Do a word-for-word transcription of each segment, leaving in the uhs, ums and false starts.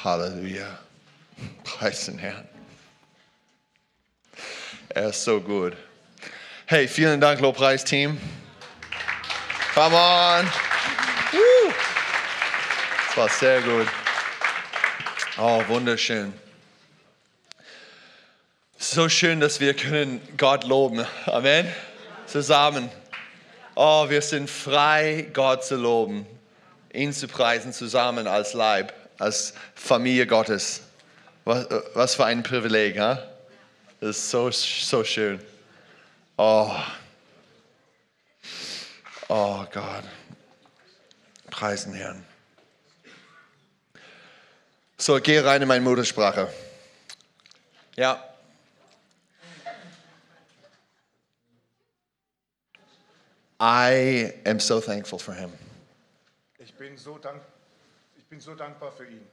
Halleluja. Preis den Herrn. Er ist so gut. Hey, vielen Dank, Lobpreisteam. Come on. Woo. Das war sehr gut. Oh, wunderschön. So schön, dass wir können Gott loben. Amen. Zusammen. Oh, wir sind frei, Gott zu loben. Ihn zu preisen, zusammen als Leib, als Familie Gottes. Was, was für ein Privileg, ha? Das ist so, so schön. Oh. Oh Gott. Preisen Herrn. So, geh rein in meine Muttersprache. Ja. I am so thankful for him. Ich bin so dank, ich bin so dankbar für ihn.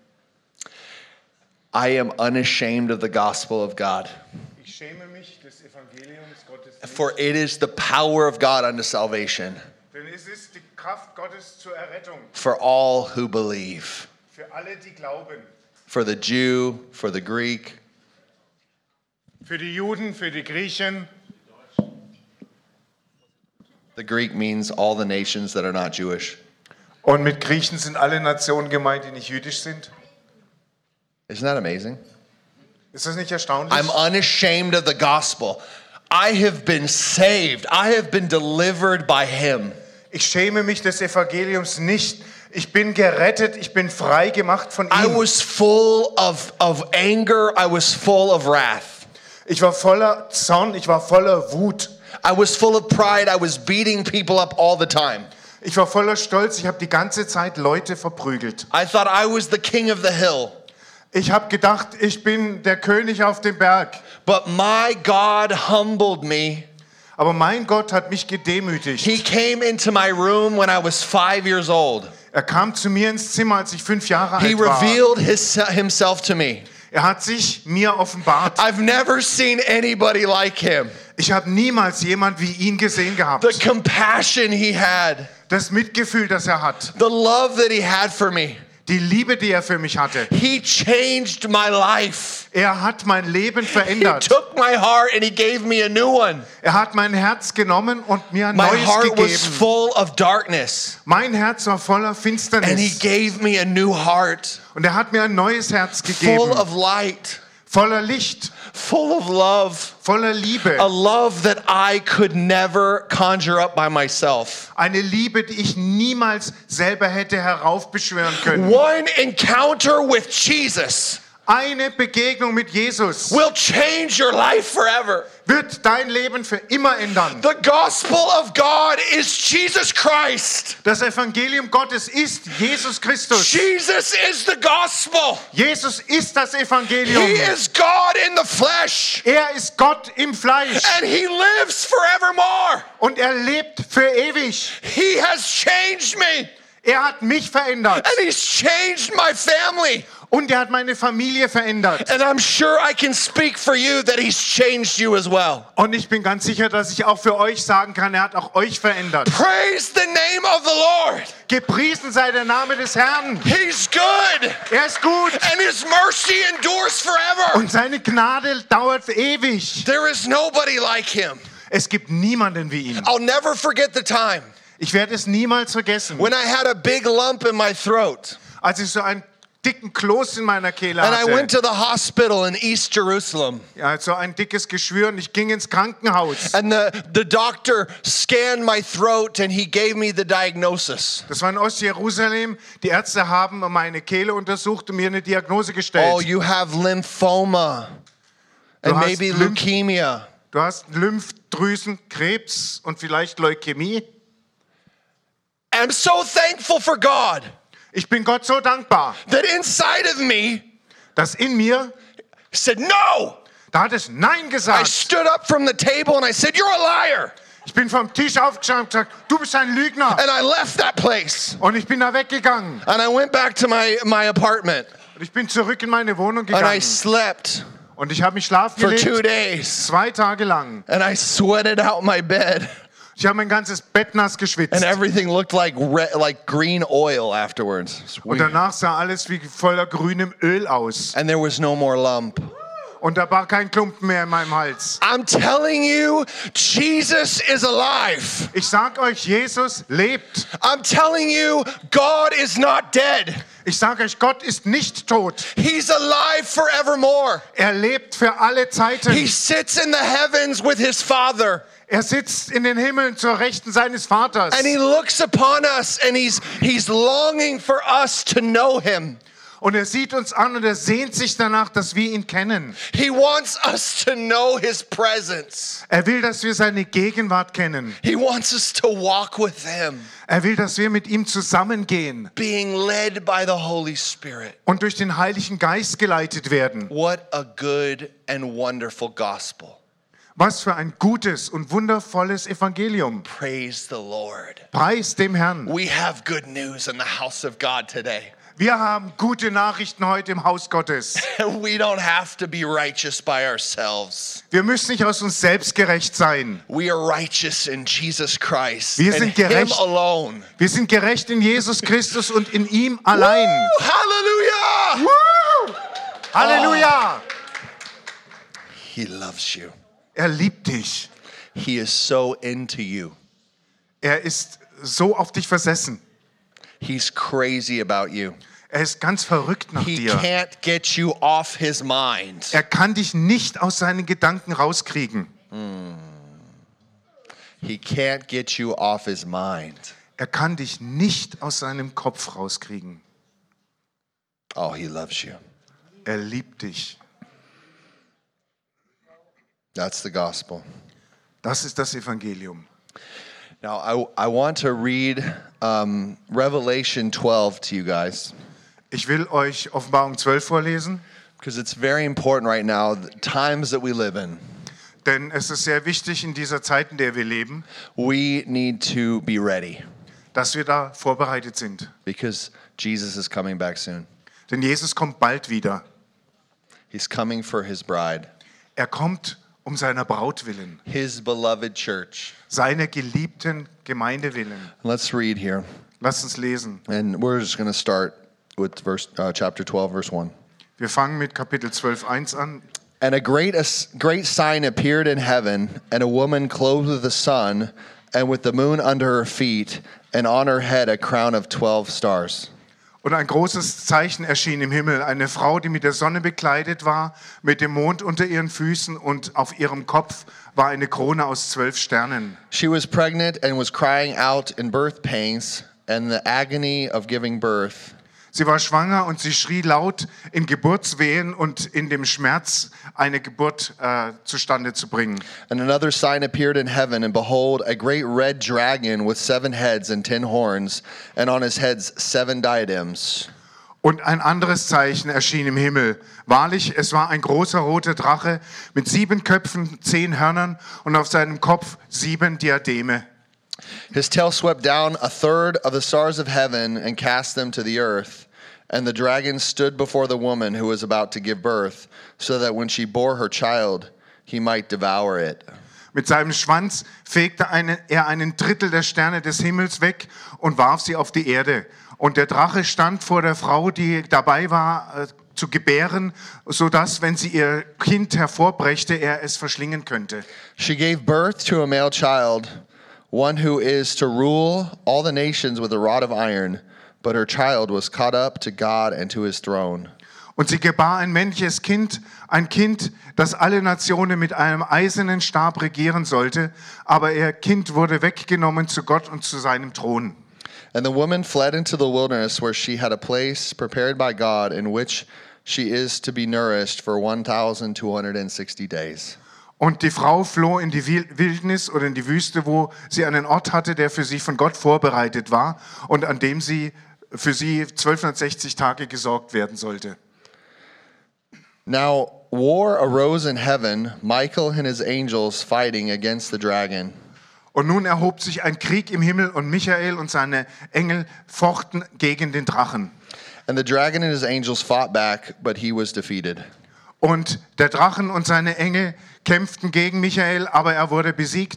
I am unashamed of the gospel of God. Ich schäme mich des Evangeliums Gottes nicht, For it is the power of God unto salvation denn es ist die Kraft Gottes zur Errettung for all who believe. für alle, die glauben. For the Jew, for the Greek, Für die Juden, für die Griechen. the Greek means all the nations that are not Jewish. Und mit Griechen sind alle Nationen gemeint, die nicht jüdisch sind. Isn't that amazing? Ist das nicht erstaunlich? I'm unashamed of the gospel. I have been saved. I have been delivered by him. Ich schäme mich des Evangeliums nicht. Ich bin gerettet, ich bin frei gemacht von I ihm. was full of, of anger. I was full of wrath. Ich war voller Zorn, ich war voller Wut. I was full of pride. I was beating people up all the time. Ich war voller Stolz, ich habe die ganze Zeit Leute verprügelt. I thought I was the king of the hill. Ich habe gedacht, ich bin der König auf dem Berg. But my God humbled me. Aber mein Gott hat mich gedemütigt. He came into my room when I was five years old. Er kam zu mir ins Zimmer, als ich fünf Jahre He alt war. revealed his, himself to me. Er hat sich mir offenbart. I've never seen anybody like him. Ich habe niemals jemand wie ihn gesehen gehabt. The compassion he had, Das Mitgefühl, das er hat. the love that he had for me. Die Liebe, die er für mich hatte. He changed my life. Er hat mein Leben He verändert. took my heart and he gave me a new one. Er hat mein Herz genommen und mir ein My neues heart was gegeben. full of darkness, Mein Herz war voller and he Finsternis. gave me a new heart, Und er hat mir ein neues Herz full gegeben. of light, Voller Licht, full of love, voller Liebe. a love that I could never conjure up by myself. Eine Liebe, die ich niemals selber hätte heraufbeschwören können. One encounter with Jesus Eine Begegnung mit Jesus will change your life forever. wird dein Leben für immer ändern. The gospel of God is Jesus Christ. Das Evangelium Gottes ist Jesus Christus. Jesus is the gospel. Jesus ist das He Evangelium. is God in the flesh, Er ist Gott im Fleisch and he lives forevermore. und er lebt für ewig. He has changed me, Er hat mich verändert and he's changed my family. und er hat meine Familie verändert. And I'm sure I can speak for you that he's changed you as well. Und ich bin ganz sicher, dass ich auch für euch sagen kann, er hat auch euch verändert. Praise the name of the Lord. Gepriesen sei der Name des Herrn. He's good, Er ist gut and his mercy endures forever. und seine Gnade dauert ewig. There is nobody like him. Es gibt niemanden wie ihn. I'll never forget the time Ich werde es niemals vergessen, when I had a big lump in my throat, als ich so einen dicken Kloß in meiner Kehle and I went hatte. to the hospital in East Jerusalem. Ja, so ein dickes Geschwür und ich ging ins Krankenhaus. And the, the doctor scanned my throat and he gave me the diagnosis. Das war in Ostjerusalem. Die Ärzte haben meine Kehle untersucht und mir eine Diagnose gestellt. Oh, you have lymphoma and Du hast maybe Lymph- leukemia. Du hast Lymphdrüsenkrebs und vielleicht Leukämie. I'm so thankful for God Ich bin Gott so dankbar, that inside of me dass in mir, said, no. da hat es Nein I gesagt. stood up from the table and I said, you're a liar. Ich bin vom Tisch aufgestanden und gesagt, du bist ein Lügner. And I left that place. Und ich bin da weggegangen. And I went back to my, my apartment. Und ich bin zurück in meine Wohnung And I gegangen. slept Und ich habe mich schlafen for two gelegt, days. zwei Tage lang. And I sweated out my bed. Ich Ich habe mein ganzes Bett nass geschwitzt. And everything looked like re- like green oil afterwards. It's Und weird. danach sah alles wie voller grünem Öl aus. And there was no more lump. Und da war kein Klumpen mehr in meinem Hals. I'm telling you, Jesus is alive. Ich sag euch, Jesus lebt. I'm telling you, God is not dead. Ich sage euch, Gott ist nicht tot. He's alive forevermore. Er lebt für alle Zeiten. He sits in the heavens with his Father. Er sitzt in den Himmeln zur Rechten seines Vaters. And he looks upon us and he's he's longing for us to know him. Und er sieht uns an und er sehnt sich danach, dass wir ihn kennen. He wants us to know his presence. Er will, dass wir seine Gegenwart kennen. He wants us to walk with him, Er will, dass wir mit ihm zusammengehen being led by the Holy Spirit. und durch den Heiligen Geist geleitet werden. What a good and wonderful gospel. Was für ein gutes und wundervolles Evangelium. Praise the Lord. Preis dem Herrn. We have good news in the house of God today. Wir haben gute Nachrichten heute im Haus Gottes. We don't have to be righteous by ourselves. Wir müssen nicht aus uns selbst gerecht sein. We are righteous in Jesus Christ Wir and sind him gerecht. alone. Wir sind gerecht in Jesus Christus und in ihm allein. Woo! Hallelujah! Woo! Halleluja! He loves you. Er liebt dich. He is so into you. Er ist so auf dich versessen. He's crazy about you. Er ist ganz verrückt nach He dir. can't get you off his mind. Er kann dich nicht aus seinen Gedanken rauskriegen. He can't get you off his mind. Er kann dich nicht aus seinem Kopf rauskriegen. Oh, he loves you. Er liebt dich. That's the gospel. Das ist das Evangelium. Now, I, I want to read um, Revelation twelve to you guys Ich will euch Offenbarung zwölf vorlesen, because it's very important right now, the times that we live in. denn es ist sehr wichtig in dieser Zeit, in der wir leben, We need to be ready dass wir da vorbereitet sind. because Jesus is coming back soon. Denn Jesus kommt bald wieder. He's coming for his bride, Er kommt um seiner Braut willen, his beloved church. seiner geliebten Gemeinde willen. Let's read here. Lasst uns lesen. And we're just going to start with verse, uh, chapter twelve, verse one. Wir fangen mit Kapitel zwölf, eins an. And a great, a great sign appeared in heaven, and a woman clothed with the sun, and with the moon under her feet, and on her head a crown of twelve stars. Und ein großes Zeichen erschien im Himmel, eine Frau, die mit der Sonne bekleidet war, mit dem Mond unter ihren Füßen und auf ihrem Kopf war eine Krone aus zwölf Sternen. She was pregnant and was crying out in birth pains and the agony of giving birth. Sie war schwanger und sie schrie laut in Geburtswehen und in dem Schmerz, eine Geburt äh, zustande zu bringen. And another sign appeared in heaven, and behold, a great red dragon with seven heads and ten horns, and on his heads seven diadems. Und ein anderes Zeichen erschien im Himmel. Wahrlich, es war ein großer roter Drache mit sieben Köpfen, zehn Hörnern und auf seinem Kopf sieben Diademe. His tail swept down a third of the stars of heaven and cast them to the earth. And the dragon stood before the woman who was about to give birth, so that when she bore her child, he might devour it. Mit seinem Schwanz fegte eine, er einen Drittel der Sterne des Himmels weg und warf sie auf die Erde. Und der Drache stand vor der Frau, die dabei war, äh, zu gebären, sodass, wenn sie ihr Kind hervorbrächte, er es verschlingen könnte. She gave birth to a male child, one who is to rule all the nations with a rod of iron, but her child was caught up to God and to his throne. Und sie gebar ein männliches Kind, ein Kind, das alle Nationen mit einem eisernen Stab regieren sollte, aber ihr Kind wurde weggenommen zu Gott und zu seinem Thron. And the woman fled into the wilderness, where she had a place prepared by God, in which she is to be nourished for one thousand two hundred sixty days. Und die Frau floh in die Wildnis oder in die Wüste, wo sie einen Ort hatte, der für sie von Gott vorbereitet war und an dem sie für sie zwölfhundertsechzig Tage gesorgt werden sollte. Now war arose in heaven, Michael and his angels fighting against the dragon. Und nun erhob sich ein Krieg im Himmel und Michael und seine Engel fochten gegen den Drachen. And the dragon and his angels fought back, but he was defeated. Und der Drachen und seine Engel kämpften gegen Michael, aber er wurde besiegt.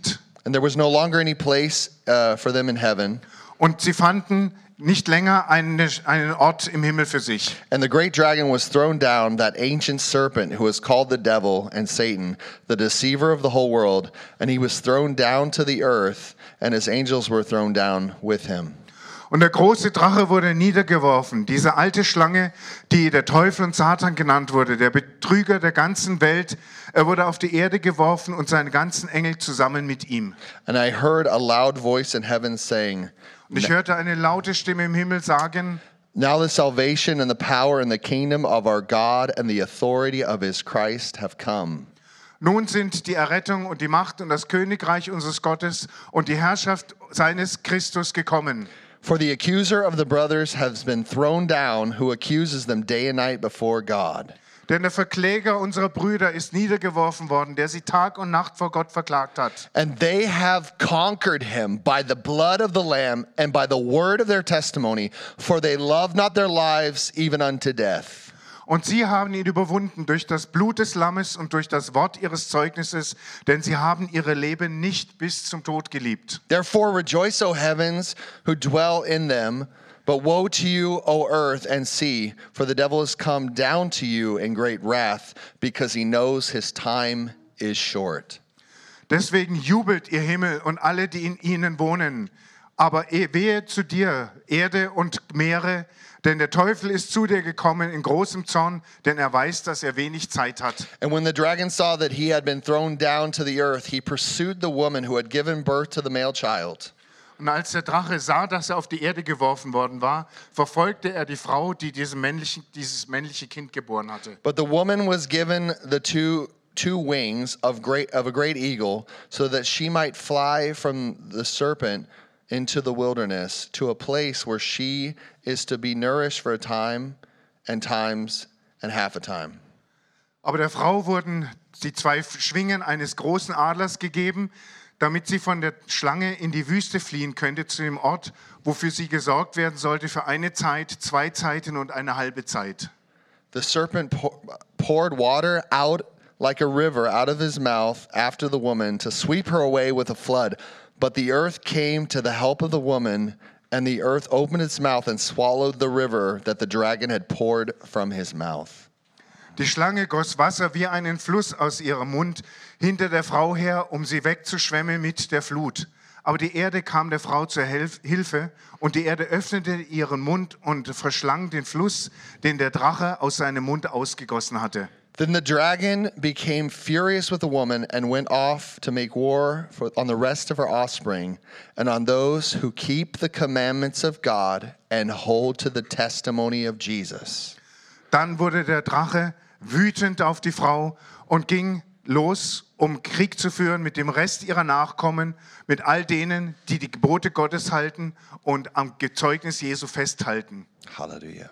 And there was no longer any place uh, for them in heaven. Und sie fanden nicht länger eine, einen Ort im Himmel für sich. And the great dragon was thrown down, that ancient serpent who was called the devil and Satan, the deceiver of the whole world. And he was thrown down to the earth, and his angels were thrown down with him. Und der große Drache wurde niedergeworfen, diese alte Schlange, die der Teufel und Satan genannt wurde, der Betrüger der ganzen Welt. Er wurde auf die Erde geworfen und seine ganzen Engel zusammen mit ihm. And I heard a loud voice in heaven saying, Und ich hörte eine laute Stimme im Himmel sagen: Now the salvation and the power and the kingdom of our God and the authority of his Christ have come. Nun sind die Errettung und die Macht und das Königreich unseres Gottes und die Herrschaft seines Christus gekommen. For the accuser of the brothers has been thrown down, who accuses them day and night before God. Denn der Verkläger unserer Brüder ist niedergeworfen worden, der sie Tag und Nacht vor Gott verklagt hat. And they have conquered him by the blood of the Lamb and by the word of their testimony, for they love not their lives even unto death. Und sie haben ihn überwunden durch das Blut des Lammes und durch das Wort ihres Zeugnisses, denn sie haben ihre Leben nicht bis zum Tod geliebt. Therefore rejoice, O heavens, who dwell in them. But woe to you, O earth and sea, for the devil has come down to you in great wrath, because he knows his time is short. Deswegen jubelt ihr Himmel und alle, die in ihnen wohnen. Aber wehe zu dir, Erde und Meere, denn der Teufel ist zu dir gekommen in großem Zorn, denn er weiß, dass er wenig Zeit hat. And when the dragon saw that he had been thrown down to the earth, he pursued the woman who had given birth to the male child. Und als der Drache sah, dass er auf die Erde geworfen worden war, verfolgte er die Frau, die diesem männlichen, dieses männliche Kind geboren hatte. But the woman was given the two two wings of great of a great eagle, so that she might fly from the serpent into the wilderness, to a place where she is to be nourished for a time and times and half a time. Aber der Frau wurden die zwei Schwingen eines großen Adlers gegeben, damit sie von der Schlange in die Wüste fliehen könnte, zu dem Ort, wofür sie gesorgt werden sollte für eine Zeit, zwei Zeiten und eine halbe Zeit. The serpent pour, poured water out like a river out of his mouth after the woman, to sweep her away with a flood. But the earth came to the help of the woman, and the earth opened its mouth and swallowed the river that the dragon had poured from his mouth. Die Schlange goss Wasser wie einen Fluss aus ihrem Mund hinter der Frau her, um sie wegzuschwemmen mit der Flut. Aber die Erde kam der Frau zur Hilfe, und die Erde öffnete ihren Mund und verschlang den Fluss, den der Drache aus seinem Mund ausgegossen hatte. Then the dragon became furious with the woman and went off to make war for, on the rest of her offspring and on those who keep the commandments of God and hold to the testimony of Jesus. Dann wurde der Drache wütend auf die Frau und ging los, um Krieg zu führen mit dem Rest ihrer Nachkommen, mit all denen, die die Gebote Gottes halten und am Zeugnis Jesu festhalten. Hallelujah.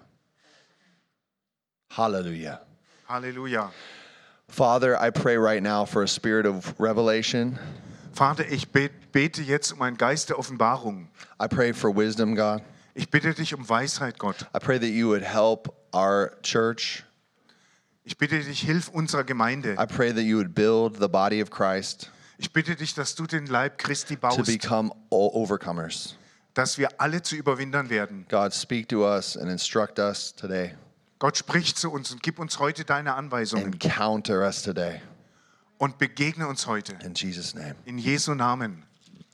Hallelujah. Halleluja. Father, I pray right now for a spirit of revelation. Vater, ich bete jetzt um einen Geist der Offenbarung. I pray for wisdom, God. Ich bitte dich um Weisheit, Gott. I pray that you would help our church. Ich bitte dich, hilf unserer Gemeinde. I pray that you would build the body of Christ Ich bitte dich, dass du den Leib Christi to baust, become o- overcomers. dass wir alle zu überwindern werden. God, speak to us and instruct us today. Gott, sprich zu uns und gib uns heute deine Anweisungen Encounter us today. und begegne uns heute. In Jesus' name. In Jesu Namen.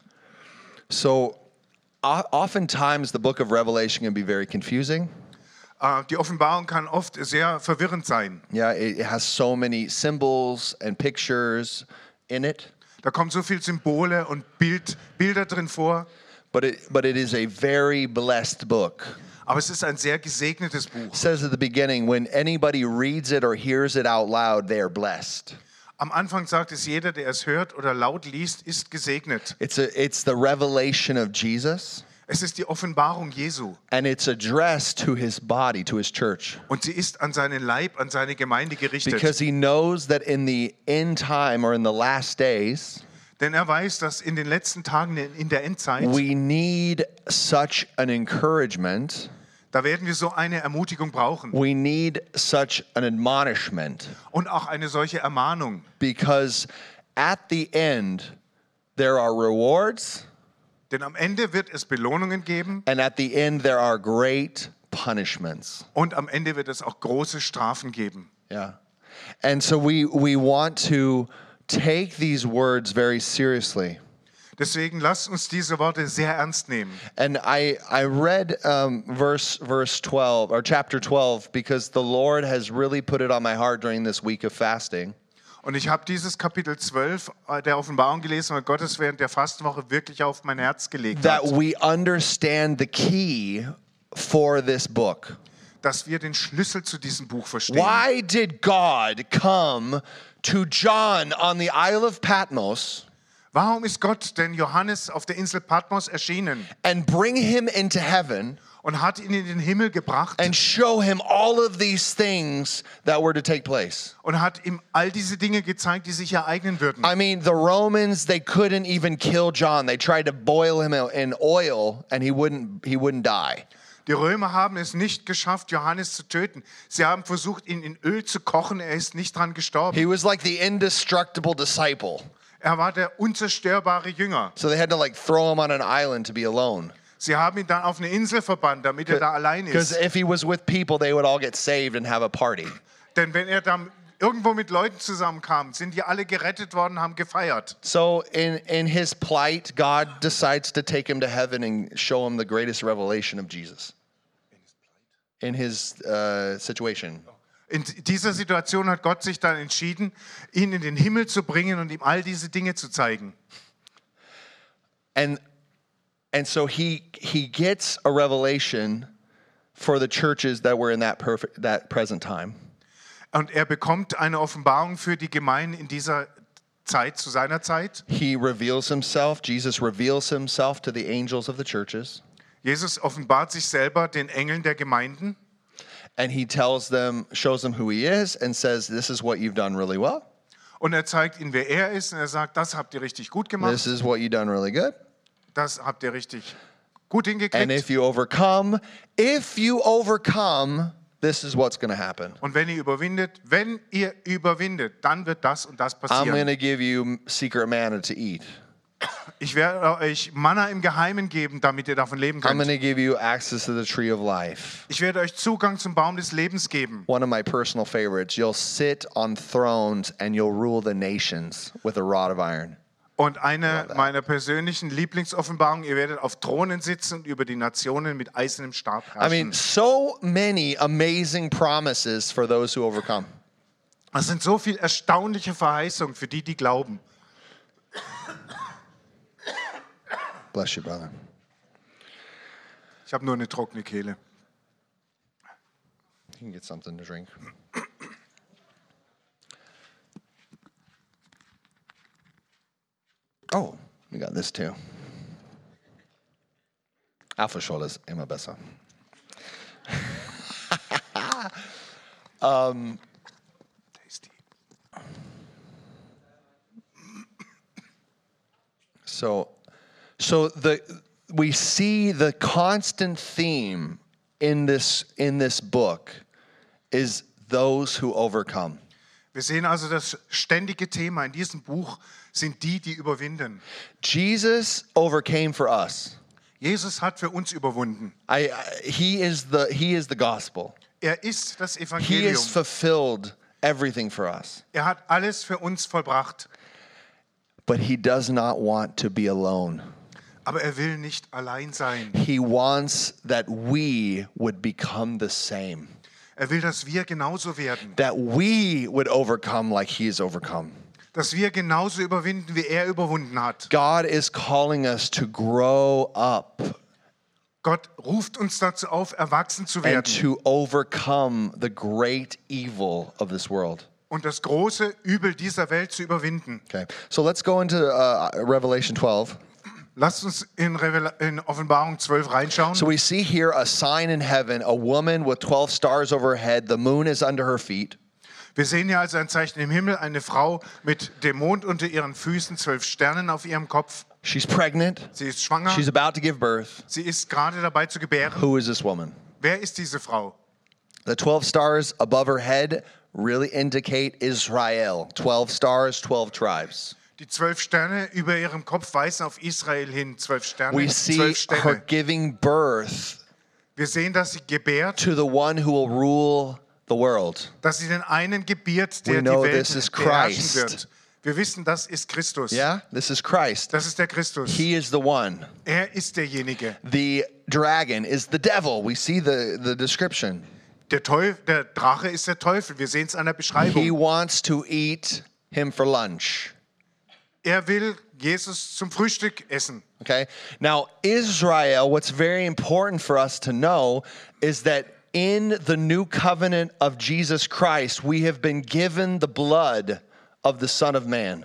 So, o- oftentimes the book of Revelation can be very confusing. Äh, Die Offenbarung kann oft sehr verwirrend sein. Yeah, it, it has so many symbols and pictures in it, Da kommen so viele Symbole und Bild, Bilder drin vor. but it but it is a very blessed book. Aber es ist ein sehr gesegnetes Buch. It says at the beginning, when anybody reads it or hears it out loud, they are blessed. Am Anfang sagt es, jeder, der es hört oder laut liest, ist gesegnet. It's a it's the revelation of Jesus, Es ist die Offenbarung Jesu. and it's addressed to his body, to his church. Und sie ist an seinen Leib, an seine Gemeinde gerichtet. Because he knows that in the end time or in the last days, Denn er weiß, dass in den letzten Tagen in der Endzeit, we need such an encouragement. da werden wir so eine Ermutigung brauchen. We need such an admonishment. Und auch eine solche Ermahnung. Because at the end, there are rewards, Denn am Ende wird es Belohnungen geben and at the end there are great punishments. und am Ende wird es auch große Strafen geben. Yeah. And so we we want to take these words very seriously. Deswegen lasst uns diese Worte sehr ernst nehmen. And I I read um, verse verse twelve or chapter twelve because the Lord has really put it on my heart during this week of fasting. Und ich habe dieses Kapitel zwölf der Offenbarung gelesen, weil Gott es während der Fastenwoche wirklich auf mein Herz gelegt That hat, we understand the key for this book. dass wir den Schlüssel zu diesem Buch verstehen. Why did God come to John on the Isle of Patmos Warum ist Gott denn Johannes auf der Insel Patmos erschienen and bring him into heaven und hat ihn in den Himmel gebracht and show him all of these things that were to take place? und hat ihm all diese Dinge gezeigt, die sich ereignen würden? I mean, the Romans, they couldn't even kill John. They tried to boil him in oil and he wouldn't he wouldn't die. Die Römer haben es nicht geschafft, Johannes zu töten. Sie haben versucht, ihn in Öl zu kochen. Er ist nicht dran gestorben. He was like the indestructible disciple. Er war der unzerstörbare Jünger. So they had to like throw him on an island to be alone. Sie haben ihn dann auf eine Insel verbannt, damit er da allein Because ist. if he was with people, they would all get saved and have a party. Denn wenn er dann irgendwo mit Leuten zusammenkam, sind die alle gerettet worden, haben gefeiert. So in, in his plight, God decides to take him to heaven and show him the greatest revelation of Jesus. In his uh, situation. In dieser Situation hat Gott sich dann entschieden, ihn in den Himmel zu bringen und ihm all diese Dinge zu zeigen. And and so he he gets a revelation for the churches that were in that perfect that present time. Und er bekommt eine Offenbarung für die Gemeinden in dieser Zeit, zu seiner Zeit. He reveals himself, Jesus reveals himself to the angels of the churches. Jesus offenbart sich selber den Engeln der Gemeinden. And he tells them, shows them who he is and says, this is what you've done really well. Und er zeigt ihnen, wer er ist. Und er sagt, das habt ihr richtig gut This gemacht. is what you've done really good. Das habt ihr richtig gut And hingekriegt. if you overcome, if you overcome, this is what's going to happen. Und wenn ihr überwindet, wenn ihr überwindet, dann wird das und das I'm going passieren. to give you secret manna to eat. Ich werde euch Manna im Geheimen geben, damit ihr davon leben I'm going könnt. to give you access to the tree of life. Ich werde euch Zugang zum Baum des Lebens geben. One of my personal favorites. You'll sit on thrones and you'll rule the nations with a rod of iron. Und eine meiner persönlichen Lieblingsoffenbarungen, ihr werdet auf Thronen sitzen und über die Nationen mit eisernem Stab I mean, herrschen. so many amazing promises for those who overcome. Es sind so viele erstaunliche Verheißungen für die, die glauben. Bless you, brother. Ich habe nur eine trockene Kehle. You can get something to drink. Oh, we got this too. Apfelschorle ist immer besser. Tasty. So, so the we see the constant theme in this in this book is those who overcome. Wir sehen also, das ständige Thema in diesem Buch sind die, die überwinden. Jesus overcame for us. Jesus hat für uns überwunden. I, I he is the he is the gospel. Er ist das He Evangelium. has fulfilled everything for us. Er hat alles für uns vollbracht. But he does not want to be alone. Aber er will nicht allein sein. He wants that we would become the same. Er will, dass wir genauso werden. That we would overcome like he has overcome. Dass wir genauso überwinden, wie er überwunden hat. God is calling us to grow up Gott ruft uns dazu auf, erwachsen zu and werden to overcome the great evil of this world. und das große Übel dieser Welt zu überwinden. Okay, so let's go into uh, Revelation twelve. Lasst uns in, Revel- in Offenbarung zwölf reinschauen. So we see here a sign in heaven, a woman with twelve stars over her head, the moon is under her feet. Wir sehen hier also ein Zeichen im Himmel, eine Frau mit dem Mond unter ihren Füßen, zwölf Sternen auf ihrem Kopf. She's pregnant. Sie ist schwanger. She's about to give birth. Sie ist gerade dabei zu gebären. Who is this woman? Wer ist diese Frau? The twelve stars above her head really indicate Israel. twelve stars, twelve tribes. Die zwölf Sterne über ihrem Kopf weisen auf Israel hin. Zwölf Sterne, We see zwölf her Stämme. giving birth Wir sehen, dass sie gebärt, to the one who will rule the world. dass sie den einen gebiert, der We die know Welt this is beherrschen Christ. wird. Wir wissen, das ist Christus. Yeah, this is Christ. Das ist der Christus. He is the one. Er ist derjenige. The dragon is the devil. We see the, the description. Der, Teufel, der Drache ist der Teufel. Wir sehen es an der He Beschreibung. wants to eat him for lunch. Er will Jesus zum Frühstück essen. Okay? Now, Israel, what's very important for us to know is that in the new covenant of Jesus Christ, we have been given the blood of the Son of Man.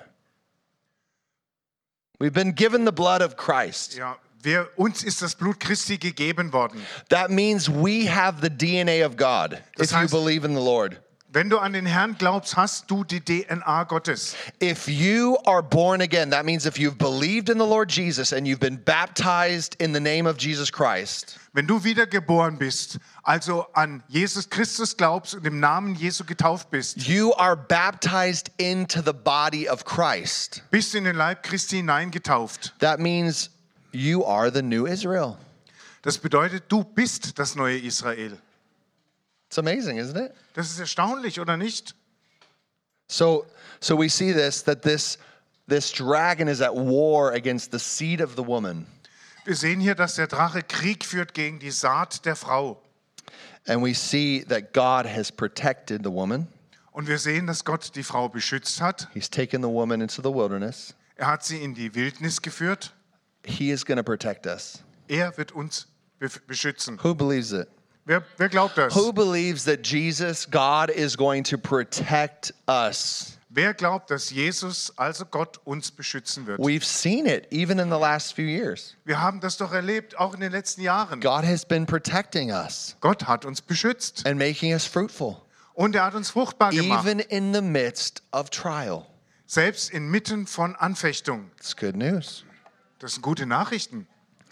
We've been given the blood of Christ. Ja, wir, uns ist das Blut Christi gegeben worden. That means we have the D N A of God Das if you heißt- believe in the Lord. Wenn du an den Herrn glaubst, hast du die D N A Gottes. If you are born again, that means if you've believed in the Lord Jesus and you've been baptized in the name of Jesus Christ, Wenn du wiedergeboren bist, also an Jesus Christus glaubst und im Namen Jesu getauft bist, you are baptized into the body of Christ. bist du in den Leib Christi hineingetauft. That means you are the new Israel. Das bedeutet, du bist das neue Israel. It's amazing, isn't it? Das ist erstaunlich, oder nicht? So, so we see this, that this, this dragon is at war against the seed of the woman. Wir sehen hier, dass der Drache Krieg führt gegen die Saat der Frau. And we see that God has protected the woman. Und wir sehen, dass Gott die Frau beschützt hat. He's taken the woman into the wilderness. Er hat sie in die Wildnis geführt. He is going to protect us. Er wird uns be- beschützen. Who believes it? Wer, wer glaubt das? Who believes that Jesus, God, is going to protect us? Wer glaubt, dass Jesus, also Gott, uns beschützen wird? We've seen it even in the last few years. Wir haben das doch erlebt, auch in den letzten Jahren. God has been protecting us Gott hat uns beschützt. and making us fruitful, Und er hat uns fruchtbar gemacht. even in the midst of trial. Selbst inmitten von Anfechtung. It's good news. Das sind gute Nachrichten.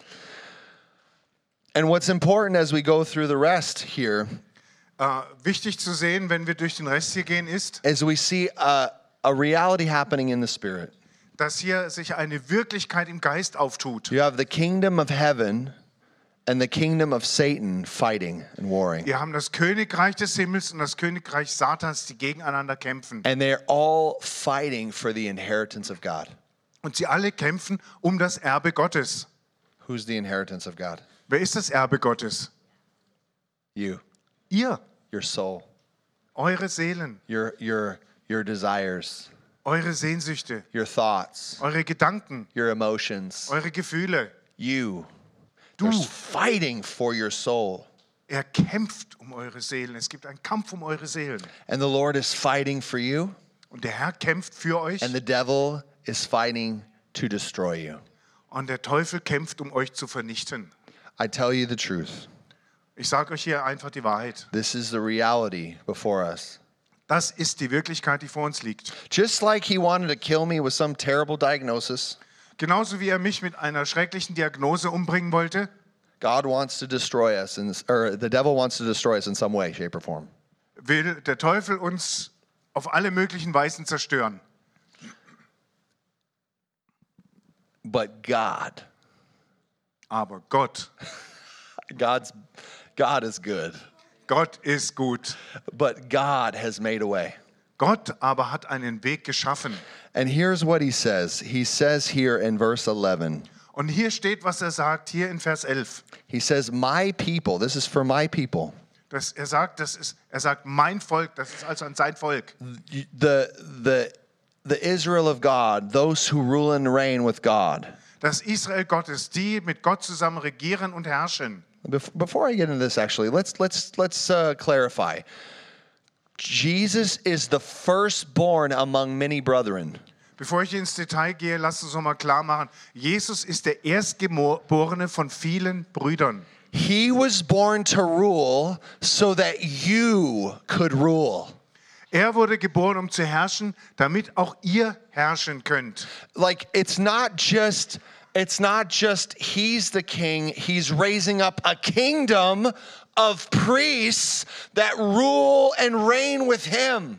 And what's important as we go through the rest here Äh, wichtig zu sehen, wenn wir durch den Rest hier gehen, ist, is we see a, a reality happening in the spirit. dass hier sich eine Wirklichkeit im Geist auftut. You have the kingdom of heaven and the kingdom of Satan fighting and warring. Wir haben das Königreich des Himmels und das Königreich Satans, die gegeneinander kämpfen. And they're all fighting for the inheritance of God. Und sie alle kämpfen um das Erbe Gottes. Who's the inheritance of God? Wer ist das Erbe Gottes? You, Ihr, your soul, eure Seelen, your your your desires, eure Sehnsüchte, your thoughts, eure Gedanken, your emotions. eure Gefühle. You. Du. There's fighting for your soul. Er kämpft um eure Seelen. Es gibt einen Kampf um eure Seelen. And the Lord is fighting for you, Und der Herr kämpft für euch and the devil is fighting to destroy you. und der Teufel kämpft, um euch zu vernichten. I tell you the truth. Ich sage euch hier einfach die Wahrheit. This is the reality before us. Das ist die Wirklichkeit, die vor uns liegt. Just like he wanted to kill me with some terrible diagnosis, Genauso wie er mich mit einer schrecklichen Diagnose umbringen wollte, God wants to destroy us, in, or the devil wants to destroy us in some way, shape, or form. will der Teufel uns auf alle möglichen Weisen zerstören. But God, Aber Gott, God's God is good. Gott ist gut. But God has made a way. Gott aber hat einen Weg geschaffen. And here's what he says. He says here in verse eleven, Und hier steht, was er sagt, hier in Vers elf. he says, my people, this is for my people. Das, er, sagt, das ist, er sagt, mein Volk, das ist also an sein Volk. The, the, the Israel of God, those who rule and reign with God. Das Israel Gottes, die mit Gott zusammen regieren und herrschen. Bef- Before I get into this, actually, let's let's let's uh, clarify. Jesus is the firstborn among many brethren. Bevor ich ins Detail gehe, lasst uns noch mal klar machen. Jesus ist der Erstgeborene von vielen Brüdern. He was born to rule so that you could rule. Er wurde geboren, um zu herrschen, damit auch ihr herrschen könnt. Like it's not just it's not just he's the king, he's raising up a kingdom of priests that rule and reign with him.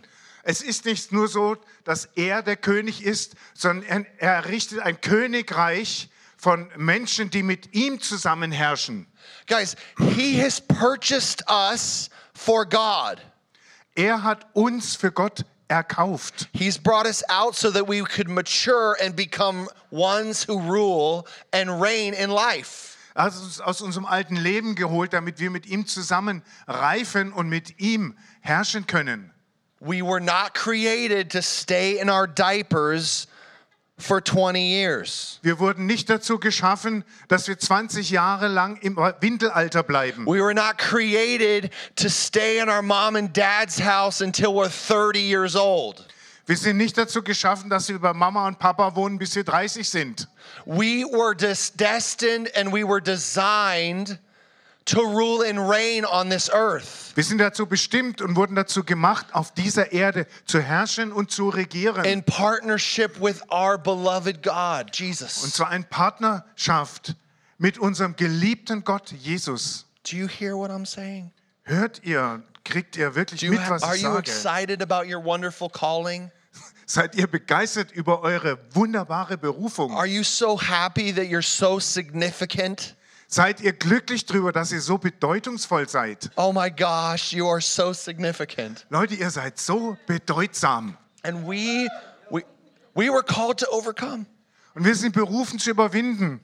Es ist nicht nur so, dass er der König ist, sondern er errichtet ein Königreich von Menschen, die mit ihm zusammen herrschen. Guys, he has purchased us for God. Er hat uns für Gott erkauft. He's brought us out so that we could mature and become ones who rule and reign in life. Er hat uns aus unserem alten Leben geholt, damit wir mit ihm zusammen reifen und mit ihm herrschen können. We were not created to stay in our diapers for twenty years. Wir wurden nicht dazu geschaffen, dass wir zwanzig Jahre lang im Windelalter bleiben. We were not created to stay in our mom and dad's house until we're thirty years old. Wir sind nicht dazu geschaffen, dass wir bei Mama und Papa wohnen, bis wir dreißig sind. We were des- destined and we were designed to rule and reign on this earth. Wir sind dazu bestimmt und wurden dazu gemacht, auf dieser Erde zu herrschen und zu regieren. In partnership with our beloved God, Und Jesus. zwar in Partnerschaft mit unserem geliebten Gott Jesus. Do you hear what I'm saying? Hört ihr, kriegt ihr wirklich Do you mit, have, was are ich you sage? excited about your wonderful calling? Seid ihr begeistert über eure wunderbare Berufung? Are you so happy that you're so significant? Seid ihr glücklich darüber, dass ihr so bedeutungsvoll seid? Oh my gosh, you are so significant. Leute, ihr seid so bedeutsam. And we we we were called to overcome. Und wir sind berufen zu überwinden.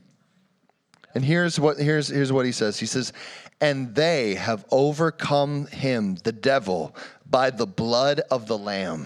And here's what here's here's what he says. He says, "And they have overcome him, the devil, by the blood of the lamb."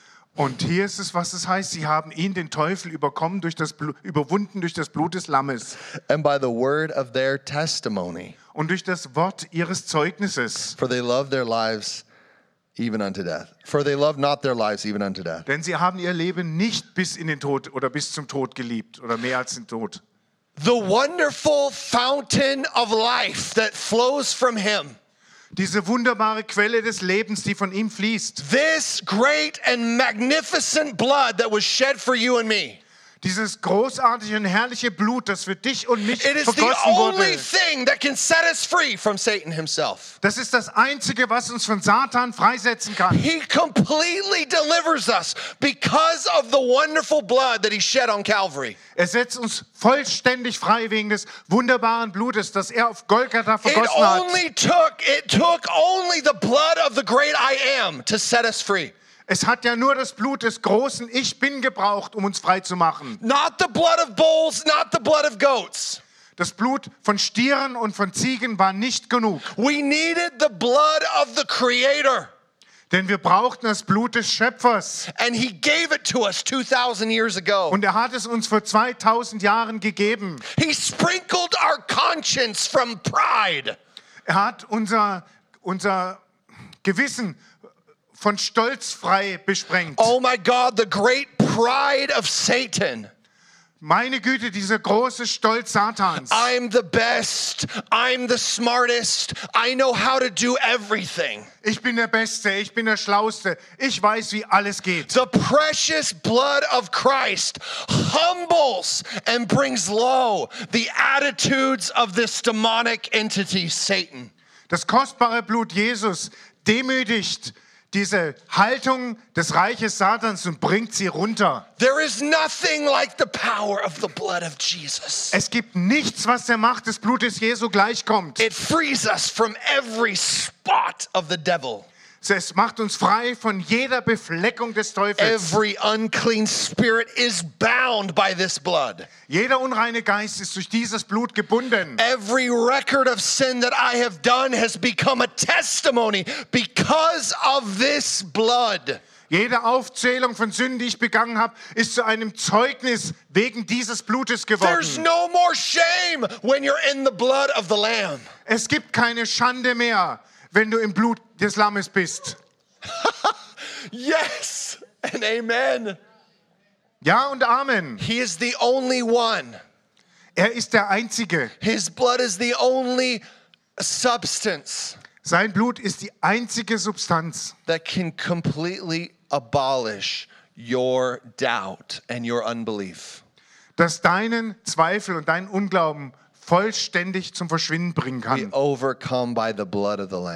Und hier ist es, was es heißt. Sie haben ihn, den Teufel, überkommen durch das Blu- überwunden durch das Blut des Lammes And by the word of their testimony, und durch das Wort ihres Zeugnisses. for they love their lives even unto death. For they love not their lives even unto death. Denn sie haben ihr Leben nicht bis in den Tod oder bis zum Tod geliebt oder mehr als den Tod. The wonderful fountain of life that flows from him. Diese wunderbare Quelle des Lebens, die von ihm fließt. This great and magnificent blood that was shed for you and me. Dieses großartige und herrliche Blut, das für dich und mich It is the vergossen only wurde. thing that can set us free from Satan himself. Das ist das Einzige, was uns von Satan freisetzen kann. He completely delivers us because of the wonderful blood that he shed on Calvary. Er setzt uns vollständig frei wegen des wunderbaren Blutes, das er auf Golgatha It vergossen hat. only took it took only the blood of the great I am to set us free. Es hat ja nur das Blut des großen Ich Bin gebraucht, um uns frei zu machen. Not the blood of bulls, not the blood of goats. Das Blut von Stieren und von Ziegen war nicht genug, We needed the blood of the Creator. denn wir brauchten das Blut des Schöpfers. And he gave it to us two thousand years ago. Und er hat es uns vor zweitausend Jahren gegeben. He sprinkled our conscience from pride. Er hat unser, unser Gewissen von Stolz frei besprengt. Oh my God, the great pride of Satan. Meine Güte, dieser große Stolz Satans. I'm the best. I'm the smartest. I know how to do everything. Ich bin der Beste, ich bin der Schlauste. Ich weiß, wie alles geht. The precious blood of Christ humbles and brings low the attitudes of this demonic entity, Satan. Das kostbare Blut Jesus demütigt diese Haltung des Reiches Satans und bringt sie runter. There is nothing like the power of the blood of Jesus. Es gibt nichts, was der Macht des Blutes Jesu gleichkommt. It frees us from every spot of the devil. Es macht uns frei von jeder Befleckung des Teufels. Every unclean spirit is bound by this blood. Jeder unreine Geist ist durch dieses Blut gebunden. Every record of sin that I have done has become a testimony because of this blood. Jede Aufzählung von Sünden, die ich begangen habe, ist zu einem Zeugnis wegen dieses Blutes There's geworden. no more shame when you're in the blood of the Lamb. Es gibt keine Schande mehr, wenn du im Blut des Lammes bist. Yes and amen. Ja und Amen. He is the only one. Er ist der Einzige. His blood is the only substance Sein Blut ist die einzige Substanz, that can completely abolish your doubt and your unbelief. das deinen Zweifel und deinen Unglauben vollständig zum Verschwinden bringen We kann. overcome by the blood of the Lamb.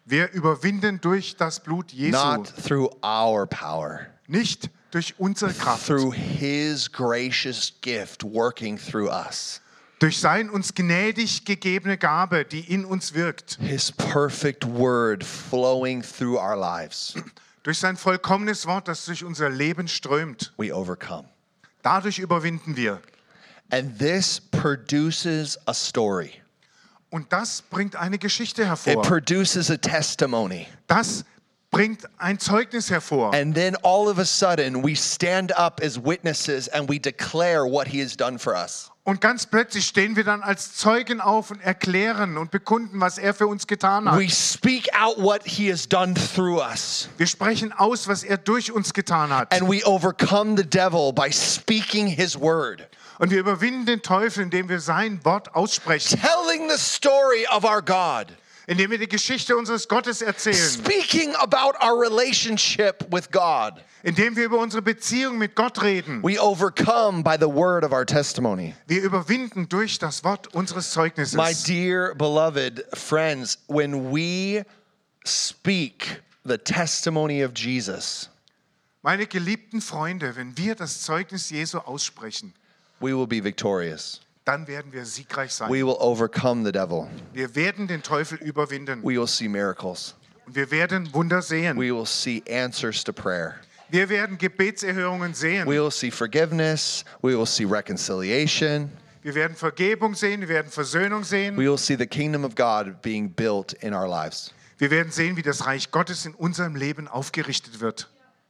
Wir überwinden durch das Blut Jesu, not through our power, nicht durch unsere Kraft, through his gracious gift working through us. durch sein uns gnädig gegebene Gabe, die in uns wirkt, His perfect word flowing through our lives. durch sein vollkommenes Wort, das durch unser Leben strömt. We overcome. Dadurch überwinden wir. And this produces a story. Und das bringt eine Geschichte It hervor. produces a testimony. Das bringt ein Zeugnis hervor. And then all of a sudden, we stand up as witnesses and we declare what he has done for us. Und ganz plötzlich stehen wir dann als Zeugen auf und erklären und bekunden, was er für uns getan hat. We speak out what he has done through us. Wir sprechen aus, was er durch uns getan hat. And we overcome the devil by speaking his word, Und wir überwinden den Teufel, indem wir sein Wort aussprechen, telling the story of our God, indem wir die Geschichte unseres Gottes erzählen, speaking about our relationship with God. indem wir über unsere Beziehung mit Gott reden. We overcome by the word of our testimony. Wir überwinden durch das Wort unseres Zeugnisses. My dear beloved friends, when we speak the testimony of Jesus, Meine geliebten Freunde, wenn wir das Zeugnis Jesu aussprechen, we will be victorious. dann werden wir siegreich sein. We will overcome the devil. Wir werden den Teufel überwinden. We will see miracles. Und wir werden Wunder sehen. We will see answers to prayer. Wir werden Gebetserhörungen sehen. We will see forgiveness. We will see reconciliation. Wir werden Vergebung sehen. Wir werden Versöhnung sehen. We will see the kingdom of God being built in our lives. Wir werden sehen, wie das Reich Gottes in unserem Leben aufgerichtet wird.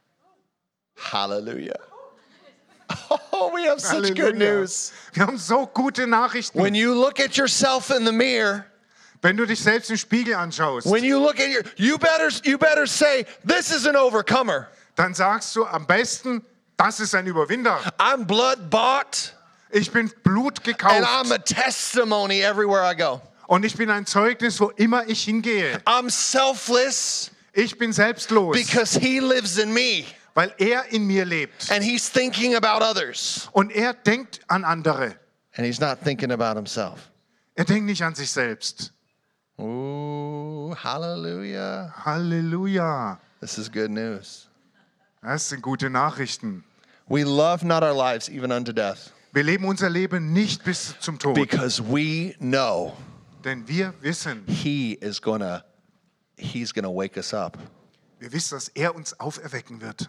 Hallelujah. Oh, we have such good Halleluja. news. Wir haben so gute Nachrichten. When you look at yourself in the mirror, Wenn du dich selbst im Spiegel anschaust, when you look at your, you better, you better say, this is an overcomer. dann sagst du am besten, das ist ein Überwinder. I'm blood bought, Ich bin Blut and I'm gekauft a testimony everywhere I go. und ich bin ein Zeugnis, wo immer ich hingehe. I'm selfless Ich bin selbstlos, because he lives in me, weil er in mir lebt. and he's thinking about others, Und er denkt an andere. and he's not thinking about himself. Er denkt nicht an sich selbst. Ooh, hallelujah. Halleluja. This is good news. Das sind gute Nachrichten. We love not our lives even unto death, Wir leben unser Leben nicht bis zum Tod, because we know denn wir wissen, he is gonna, he's gonna wake us up. wir wissen, dass er uns auferwecken wird.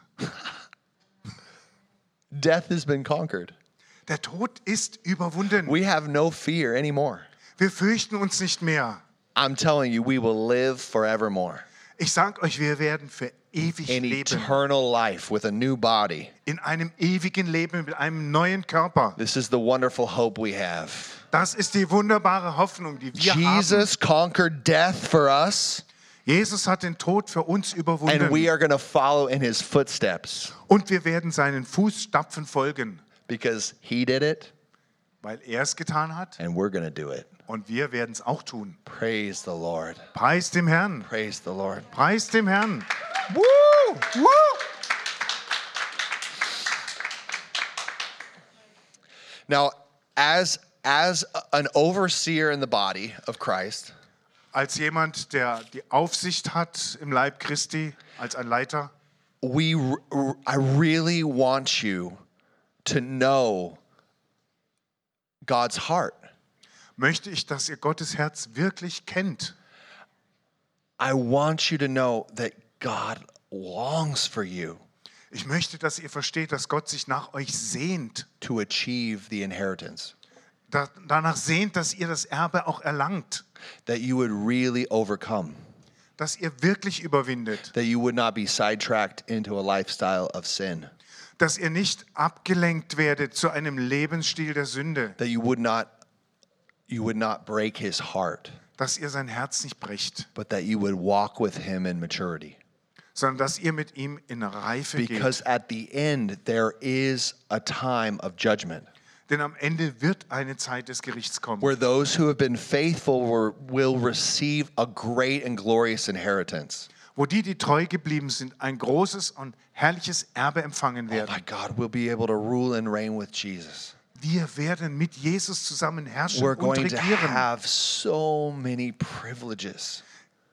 Death has been conquered. Der Tod ist überwunden. We have no fear anymore. Wir fürchten uns nicht mehr. I'm telling you, we will live forevermore Ich sag euch, wir werden für ewig in leben. eternal life with a new body. In einem ewigen Leben mit einem neuen Körper. This is the wonderful hope we have. Das ist die wunderbare Hoffnung, die wir haben. Jesus conquered death for us, Jesus hat den Tod für uns and we überwunden. are going to follow in his footsteps Und wir werden seinen Fußstapfen folgen, because he did it, weil er es getan hat. and we're going to do it. Und wir werden es auch tun. Praise the Lord. Preis dem Herrn. Praise the Lord. Preis dem Herrn. Woo! Woo! Now, as as an overseer in the body of Christ, Als jemand, der die Aufsicht hat im Leib Christi, als ein Leiter, we r- I really want you to know God's heart. möchte ich, dass ihr Gottes Herz wirklich kennt. I want you to know that God longs for you Ich möchte, dass ihr versteht, dass Gott sich nach euch sehnt. to achieve the inheritance, Da, danach sehnt, dass ihr das Erbe auch erlangt. that you would really overcome, Dass ihr wirklich überwindet. that you would not be sidetracked into a lifestyle of sin, Dass ihr nicht abgelenkt werdet zu einem Lebensstil der Sünde. that you would not you would not break his heart, Dass ihr sein Herz nicht brecht. but that you would walk with him in maturity. Sondern dass ihr mit ihm in Reife geht. Because at the end there is a time of judgment Denn am Ende wird eine Zeit des Gerichts kommen. where those who have been faithful were, will receive a great and glorious inheritance. Wo die, die treu geblieben sind, ein großes und herrliches Erbe empfangen Oh werden. my God, we'll be able to rule and reign with Jesus. Wir werden mit Jesus zusammen herrschen We're und going to regieren. have so many privileges.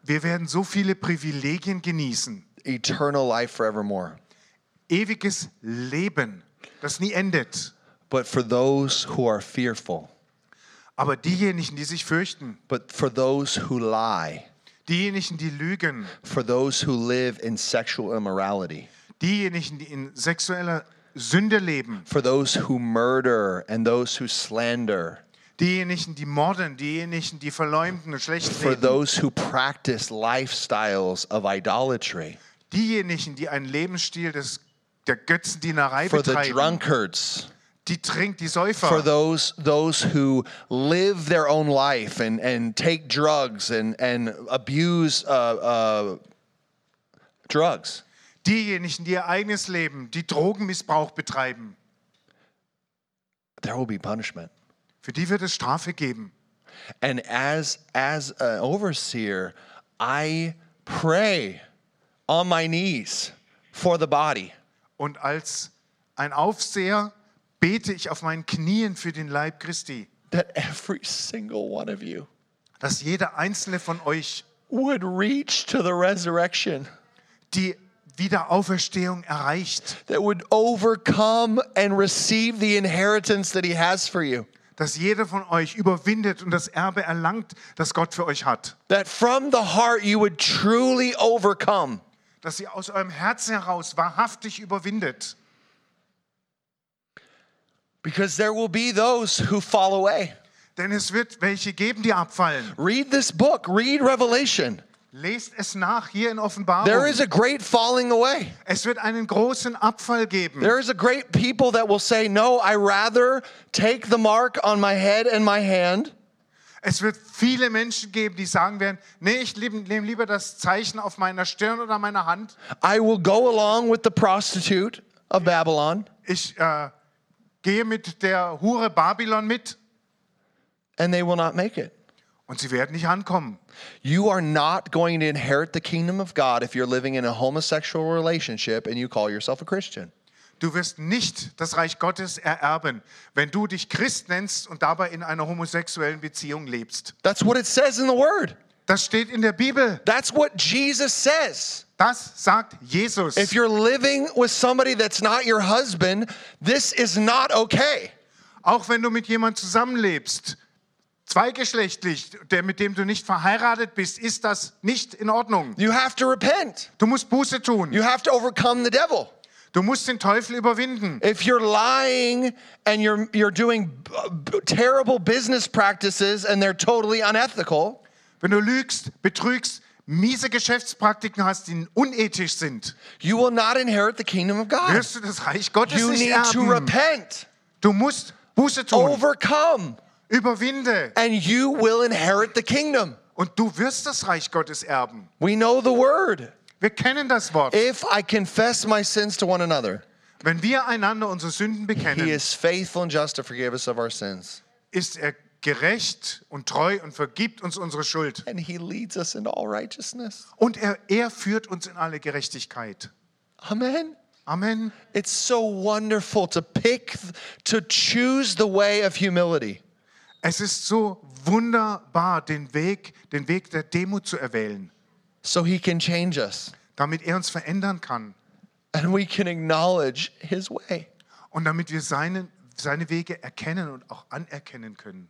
wir werden so viele Privilegien genießen. Eternal life forevermore. Ewiges Leben, das nie endet. But for those who are fearful, Aber diejenigen, die sich fürchten, but for those who lie, diejenigen, die lügen, for those who live in sexual immorality, diejenigen, die in sexueller Sünde leben, for those who murder and those who slander, diejenigen, die morden, diejenigen, die verleumden und schlecht for reden, those who practice lifestyles of idolatry, diejenigen, die einen Lebensstil des, der Götzendienerei for the betreiben, drunkards, die trinkt, die for Säufer, those those who live their own life and, and take drugs and, and abuse uh, uh, drugs. diejenigen, die ihr eigenes Leben, die Drogenmissbrauch betreiben, There will be punishment. für die wird es Strafe geben. And as as an overseer, I pray on my knees for the body. Und als ein Aufseher bete ich auf meinen Knien für den Leib Christi, That every single one of you dass jeder einzelne von euch would reach to the resurrection, die Wiederauferstehung erreicht, that would overcome and receive the inheritance that he has for you. dass jeder von euch überwindet und das Erbe erlangt, das Gott für euch hat. That from the heart you would truly overcome. Dass ihr aus eurem Herzen heraus wahrhaftig überwindet. Because there will be those who fall away. Denn es wird welche geben, die abfallen. Read this book, read Revelation. Lest es nach hier in Offenbarung. There is a great falling away. Es wird einen großen Abfall geben. There is a great people that will say, no, I rather take the mark on my head and my hand Es wird viele Menschen geben, die sagen werden, nee, ich nehme lieber das Zeichen auf meiner Stirn oder meiner Hand. I will go along with the prostitute of Babylon, Ich äh, gehe mit der Hure Babylon mit and they will not make it. und sie werden nicht ankommen. You are not going to inherit the kingdom of God if you're living in a homosexual relationship and you call yourself a Christian. Du wirst nicht das Reich Gottes ererben, wenn du dich Christ nennst und dabei in einer homosexuellen Beziehung lebst. That's what it says in the word. Das steht in der Bibel. That's what Jesus says. Das sagt Jesus. If you're living with somebody that's not your husband, this is not okay. Auch wenn du mit jemandem zusammenlebst, zweigeschlechtlich, der, mit dem du nicht verheiratet bist, ist das nicht in Ordnung. You have to repent. Du musst Buße tun. You have to overcome the devil. Du musst den Teufel überwinden. If you're lying and you're you're doing b- b- terrible business practices and they're totally unethical, Wenn du lügst, betrügst, miese Geschäftspraktiken hast, die unethisch sind, you will not inherit the kingdom of God. wirst du das Reich Gottes You nicht need to erben. repent, Du musst Buße tun. overcome, Überwinde. and you will inherit the kingdom. Und du wirst das Reich Gottes erben. We know the word. Wir kennen das Wort. If I confess my sins to one another, Wenn wir einander unsere Sünden he bekennen, is faithful and just to forgive us of our sins. ist er gerecht und treu und vergibt uns unsere Schuld. And he leads us into all righteousness. Und er, er führt uns in alle Gerechtigkeit. Amen. Amen. It's so wonderful to pick, to choose the way of humility. Es ist so wunderbar, den Weg, den Weg der Demut zu erwählen, So he can change us damit er uns verändern kann and we can acknowledge his way. und damit wir seine, seine Wege erkennen und auch anerkennen können.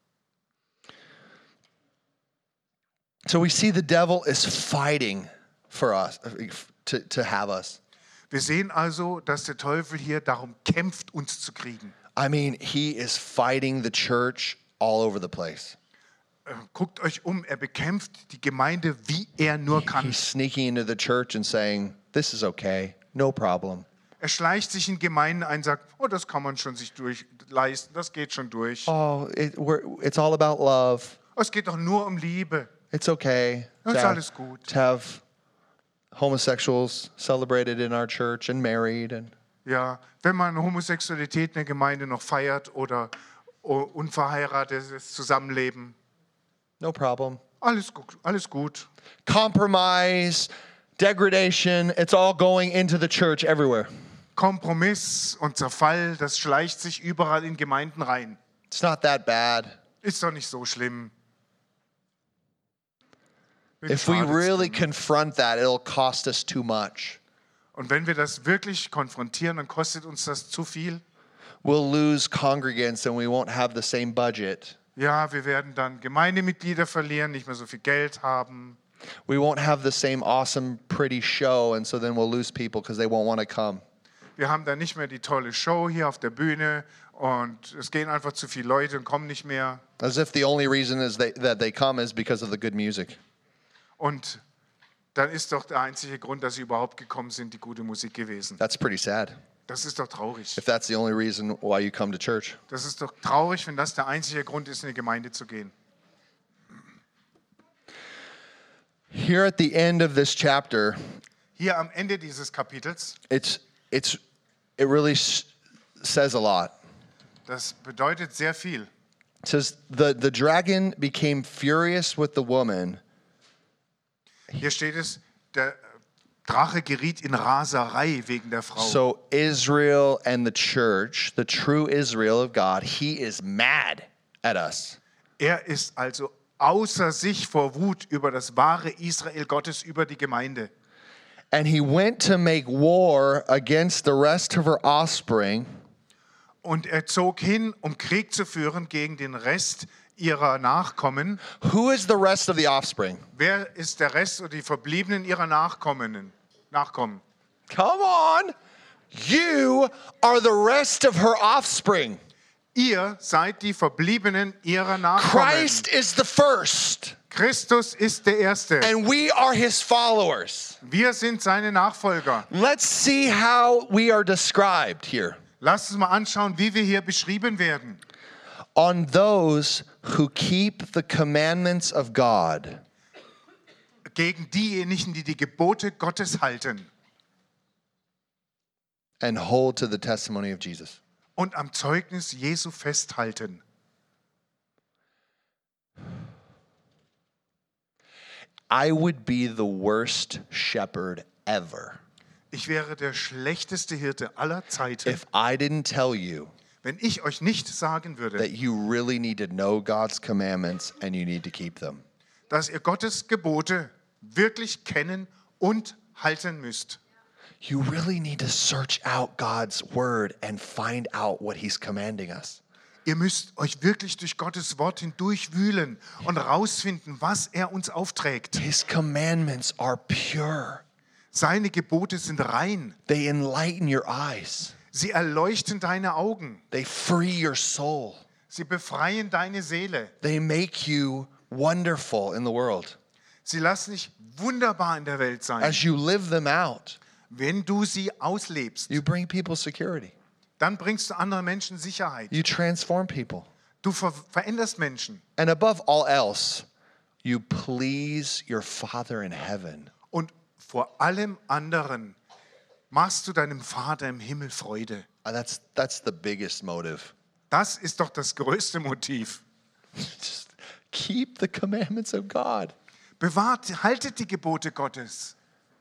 So we see the devil is fighting for us, to, to have us. Wir sehen also, dass der Teufel hier darum kämpft, uns zu kriegen. I mean, he is fighting the church all over the place. Äh, Guckt euch um, er bekämpft die Gemeinde, wie er nur kann. He's sneaking into the church and saying, this is okay, no problem. Er schleicht sich in Gemeinden ein und sagt, oh, das kann man schon sich durch leisten, das geht schon durch. Oh, it, we're, it's all about love. Es geht doch nur um Liebe. It's okay to Das ist have, alles gut. to have homosexuals celebrated in our church and married. And Ja, wenn man Homosexualität in der Gemeinde noch feiert oder oh, unverheiratetes Zusammenleben, no problem. alles gut, alles gut. Compromise, degradation, it's all going into the church everywhere. Kompromiss und Zerfall, das schleicht sich überall in Gemeinden rein. It's not that bad. Ist doch nicht so schlimm. If we schade zu really tun. confront that, it'll cost us too much. Und wenn wir das wirklich konfrontieren, dann kostet uns das zu viel. We'll lose congregants and we won't have the same budget. Ja, wir werden dann Gemeindemitglieder verlieren, nicht mehr so viel Geld haben. We won't have the same awesome, pretty show, and so then we'll lose people because they won't want to come. Wir haben dann nicht mehr die tolle Show hier auf der Bühne und es gehen einfach zu viele Leute und kommen nicht mehr. As if the only reason is they, that they come is because of the good music. Und dann ist doch der einzige Grund, dass sie überhaupt gekommen sind, die gute Musik gewesen. That's pretty sad. Das ist doch traurig. If that's the only reason why you come to church. Das ist doch traurig, wenn das der einzige Grund ist, in die Gemeinde zu gehen. Here at the end of this chapter, Hier am Ende dieses Kapitels, it's it's it really s- says a lot. das bedeutet sehr viel. It says the the dragon became furious with the woman. Hier steht es, der Drache geriet in Raserei wegen der Frau. So Israel and the church, the true Israel of God, he is mad at us. Er ist also außer sich vor Wut über das wahre Israel Gottes, über die Gemeinde. And he went to make war against the rest of her offspring. Und er zog hin, um Krieg zu führen gegen den Rest ihrer Nachkommen. Who is the rest of the offspring? Wer ist der Rest oder die Verbliebenen ihrer Nachkommen? Nachkommen. Come on. You are the rest of her offspring. Ihr seid die Verbliebenen ihrer Nachkommen. Christ is the first, Christus ist der Erste. and we are his followers. Wir sind seine Nachfolger. Let's see how we are described here. Lasst uns mal anschauen, wie wir hier beschrieben werden. On those who keep the commandments of God Gegen diejenigen, die die Gebote Gottes halten and hold to the testimony of Jesus. und am Zeugnis Jesu festhalten. I would be the worst shepherd ever Ich wäre der schlechteste Hirte aller Zeiten, if I didn't tell you wenn ich euch nicht sagen würde, that you really need to know God's commandments and you need to keep them. dass ihr Gottes Gebote wirklich kennen und halten müsst. You really need to search out God's word and find out what he's commanding us. Ihr müsst euch wirklich durch Gottes Wort hindurchwühlen und rausfinden, was er uns aufträgt. His commandments are pure. Seine Gebote sind rein. They enlighten your eyes. Sie erleuchten deine Augen. They free your soul. Sie befreien deine Seele. They make you wonderful in the world Sie lassen dich wunderbar in der Welt sein. as you live them out. Wenn du sie auslebst, You bring people security. dann bringst du anderen Menschen Sicherheit. You transform people. Du ver veränderst Menschen. And above all else, you please your Father in heaven. Und vor allem anderen machst du deinem Vater im Himmel Freude. Uh, That's, that's the biggest motive. Das ist doch das größte Motiv. Just keep the commandments of God. Bewahrt, haltet die Gebote Gottes.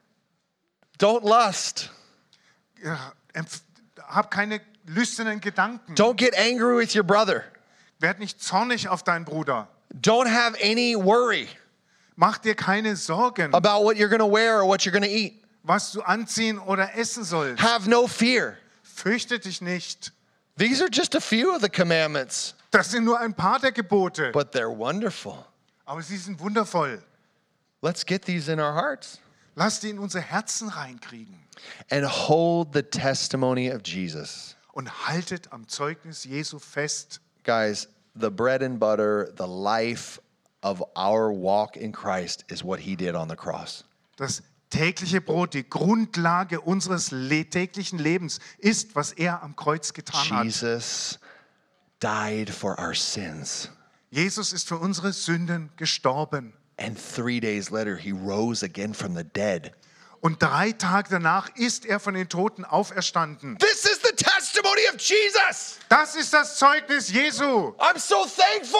Don't lust. Ja, empf- hab keine lüsternen Gedanken. Don't get angry with your brother. Werd nicht zornig auf deinen Bruder. Don't have any worry Mach dir keine Sorgen, about what you're going to wear or what you're going to eat. was du anziehen oder essen sollst. Have no fear. Fürchte dich nicht. These are just a few of the commandments, Das sind nur ein paar der Gebote, but they're wonderful. aber sie sind wundervoll. Let's get these in our hearts Lass die in unsere Herzen reinkriegen and hold the testimony of Jesus. und haltet am Zeugnis Jesu fest. Guys, the bread and butter, the life of our walk in Christ is what he did on the cross. Das tägliche Brot, die Grundlage unseres le täglichen Lebens ist, was er am Kreuz getan hat. Jesus died for our sins. Jesus ist für unsere Sünden gestorben. And three days later, he rose again from the dead. Und drei Tage danach ist er von den Toten auferstanden. This is the testimony of Jesus. Das ist das Zeugnis Jesu. I'm so thankful.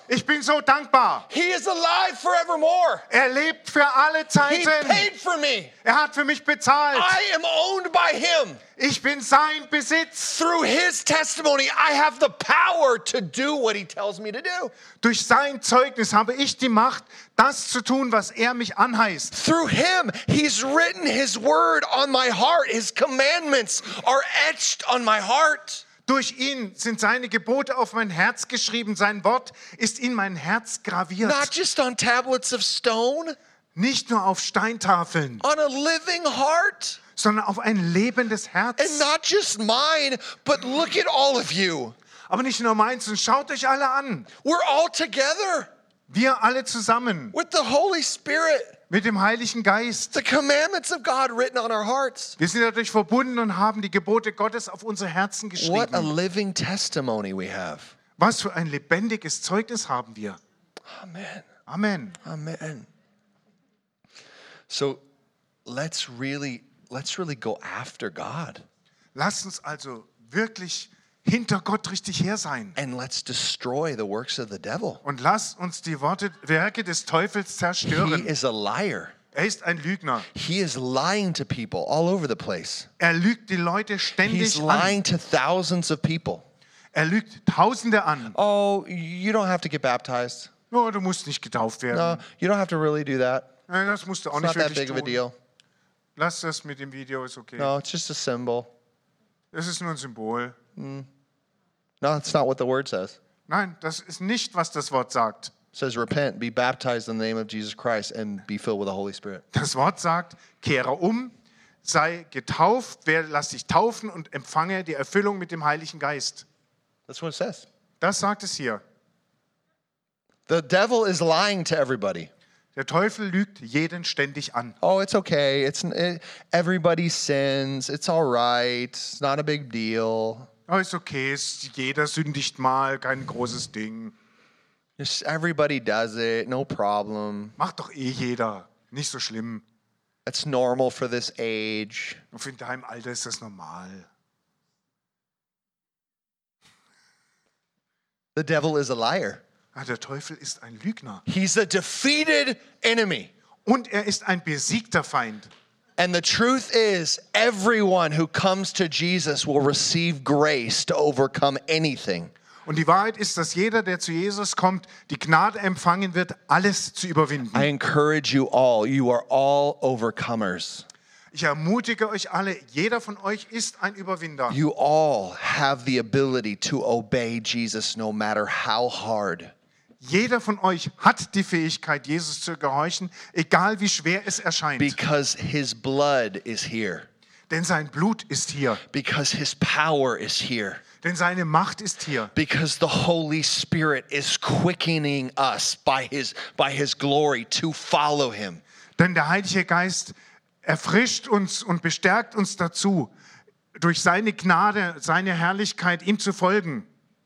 Ich bin so dankbar. He is alive forevermore. Er lebt für alle He Zeiten. paid for me. Er hat für mich bezahlt. I am owned by him. Ich bin sein Besitz. Through his testimony, I have the power to do what he tells me to do. Durch sein Zeugnis habe ich die Macht, das zu tun, was er mich anheißt. Through him, he's written his word on my heart. His commandments are etched on my heart. Durch ihn sind seine Gebote auf mein Herz geschrieben. Sein Wort ist in mein Herz graviert. Not just on tablets of stone, Nicht nur auf Steintafeln, on a living heart. sondern auf ein lebendes And Herz. not just mine, but look at all of you. Aber nicht nur meins. Und schaut euch alle an. We're all together Wir alle zusammen with the Holy Spirit. mit dem Heiligen Geist. The commandments of God written on our hearts. Wir sind dadurch verbunden und haben die Gebote Gottes auf unsere Herzen What a geschrieben. living testimony we have. Was für ein lebendiges Zeugnis haben wir. Amen. Amen. Amen. So let's really let's really go after God Lasst uns also wirklich hinter Gott richtig her sein. and let's destroy the works of the devil. Und lasst uns die Worte, Werke des Teufels He zerstören. is a liar. Er ist ein Lügner. He is lying to people all over the place. Er lügt die Leute He's ständig an. lying to thousands of people. Er lügt Tausende an. Oh, you don't have to get baptized. Oh, du musst nicht getauft werden. No, you don't have to really do that. Nein, das musst du auch It's nicht not that wirklich big of a tun. deal. Lass das mit dem Video, ist okay. No, it's just a symbol. Das ist nur ein Symbol. No, that's not what the word says. Nein, das ist nicht, was das Wort sagt. It says, repent, be baptized in the name of Jesus Christ, and be filled with the Holy Spirit. Das Wort sagt, kehre um, sei getauft, wer, lass dich taufen und empfange die Erfüllung mit dem Heiligen Geist. That's what it says. Das sagt es hier. The devil is lying to everybody. Der Teufel lügt jeden ständig an. Oh, it's okay. It's it, everybody sins. It's all right. It's not a big deal. Oh, ist okay, ist, jeder sündigt mal, kein großes Ding. Just everybody does it. No problem. Macht doch eh jeder. Nicht so schlimm. It's normal for this age. Und in deinem Alter ist das normal. The devil is a liar. Ah, der Teufel ist ein Lügner. He's a defeated enemy. Und er ist ein besiegter Feind. And the truth is, everyone who comes to Jesus will receive grace to overcome anything. Und die Wahrheit ist, dass jeder, der zu Jesus kommt, die Gnade empfangen wird, alles zu überwinden. I encourage you all. You are all overcomers. Ich ermutige euch alle, jeder von euch ist ein Überwinder. You all have the ability to obey Jesus no matter how hard. Jeder von euch hat die Fähigkeit, Jesus zu gehorchen, egal wie schwer es erscheint. Because his blood is here. Denn sein Blut ist hier. Because his power is here. Denn seine Macht ist hier. Because the Holy Spirit is quickening us by his, by his glory to follow him. Denn der Heilige Geist erfrischt uns und bestärkt uns dazu, durch seine Gnade, seine Herrlichkeit ihm zu folgen.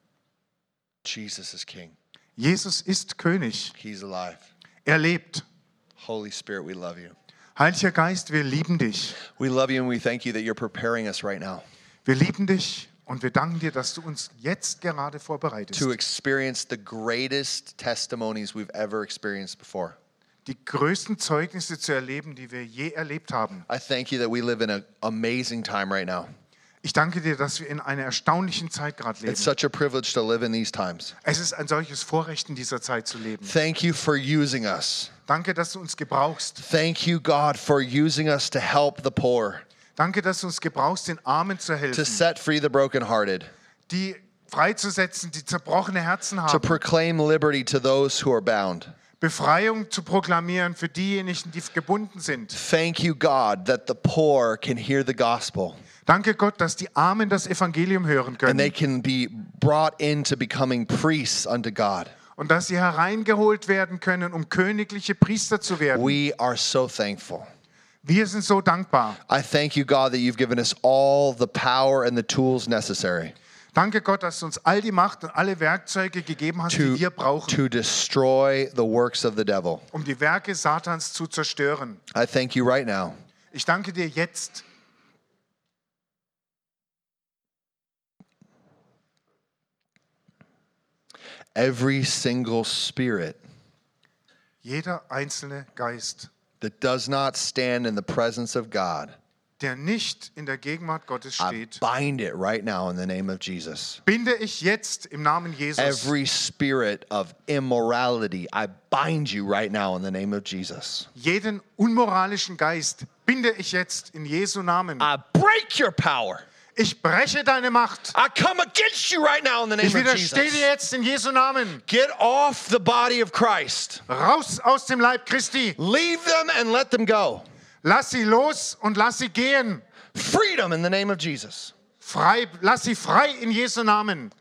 Jesus is King. Jesus ist König. He's alive. Er lebt. Holy Spirit, we love you. Heiliger Geist, wir lieben dich. We love you and we thank you that you're preparing us right now Wir lieben dich und wir danken dir, dass du uns jetzt gerade vorbereitest. to experience the greatest testimonies we've ever experienced before. Die größten Zeugnisse zu erleben, die wir je erlebt haben. I thank you that we live in an amazing time right now. Ich danke dir, dass wir in einer erstaunlichen Zeit gerade leben. It's such a privilege to live in these times. Es ist ein solches Vorrecht, in dieser Zeit zu leben. Thank you for using us. Danke, dass du uns gebrauchst. Thank you, God, for using us to help the poor, Danke, dass du uns gebrauchst, den Armen zu to helfen, set free the brokenhearted, die freizusetzen, die zerbrochene Herzen to haben. proclaim liberty to those who are bound. Befreiung zu proklamieren für diejenigen, die gebunden sind. Thank you, God, that the poor can hear the gospel Danke Gott, dass die Armen das Evangelium hören and they können can be brought into becoming priests unto God. und dass sie hereingeholt werden können, um königliche Priester zu werden. We are so thankful. Wir sind so dankbar. I thank you, God, that you've given us all the power and the tools necessary Danke Gott, dass du uns all die Macht und alle Werkzeuge gegeben hast, to, die wir brauchen, to destroy the works of the devil. um die Werke Satans zu zerstören. I thank you right now. Ich danke dir jetzt. Every single spirit Jeder einzelne Geist, that does not stand in the presence of God, der nicht in der Gegenwart Gottes I steht, bind it right now in the name of Jesus. binde ich jetzt im Namen Jesus. Every spirit of immorality, I bind you right now in the name of Jesus. Jeden unmoralischen Geist binde ich jetzt in Jesu Namen. I break your power. Ich breche deine Macht. I come against you right now in the name Ich of widerstehe dir Jesus. jetzt in Jesu Namen. Get off the body of Christ. Raus aus dem Leib Christi. Leave them and let them go. Lass sie los und lass sie gehen. Freedom in the name of Jesus. Frei, lass sie frei in Jesu Namen.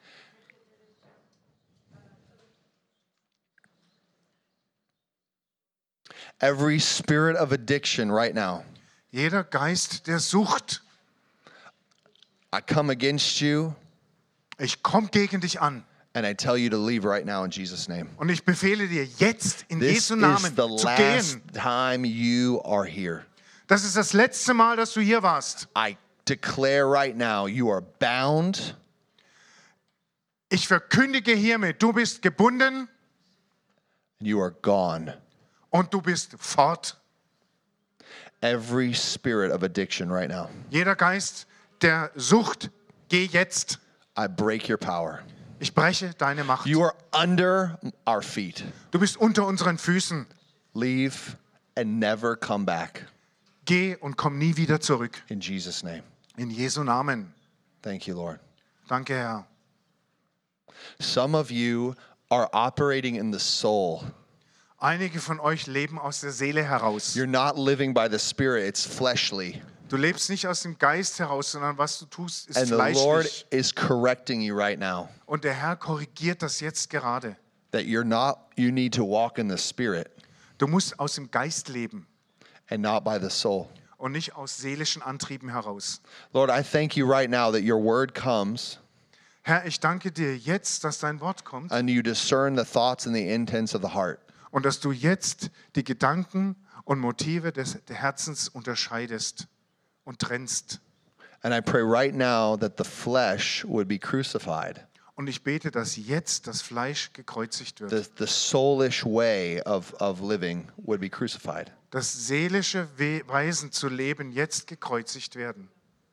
Every spirit of addiction right now, Jeder Geist der Sucht, I come against you ich komme gegen dich an. and I tell you to leave right now in Jesus' name. Und ich befehle dir jetzt in This Jesu is Namen the zu last gehen. time you are here. Das ist das letzte Mal, dass du hier warst. I declare right now you are bound Ich verkündige hiermit, du bist gebunden and you are gone. und du bist fort. Every spirit of addiction right now, Jeder Geist der Sucht, geh jetzt. I break your power. Ich breche deine Macht. You are under our feet. Du bist unter unseren Füßen. Leave and never come back. Geh und komm nie wieder zurück. In Jesus' name. In Jesu Namen. Thank you, Lord. Danke, Herr. Some of you are operating in the soul. Einige von euch leben aus der Seele heraus. You're not living by the Spirit, it's fleshly. Du lebst nicht aus dem Geist heraus, sondern was du tust, ist And the Lord fleischlich. is correcting you right now Und der Herr korrigiert das jetzt gerade. that you're not, you need to walk in the Spirit Du musst aus dem Geist leben and not by the soul. und nicht aus seelischen Antrieben heraus. Lord, I thank you right now that your word comes Herr, ich danke dir jetzt, dass dein Wort kommt and you discern the thoughts and the intents of the heart. und dass du jetzt die Gedanken und Motive des Herzens unterscheidest und trennst. And I pray right now that the flesh would be crucified. Und ich bete, dass jetzt das Fleisch gekreuzigt wird. The, the soulish way of, of living would be crucified. Das seelische We- Weisen zu leben jetzt gekreuzigt werden.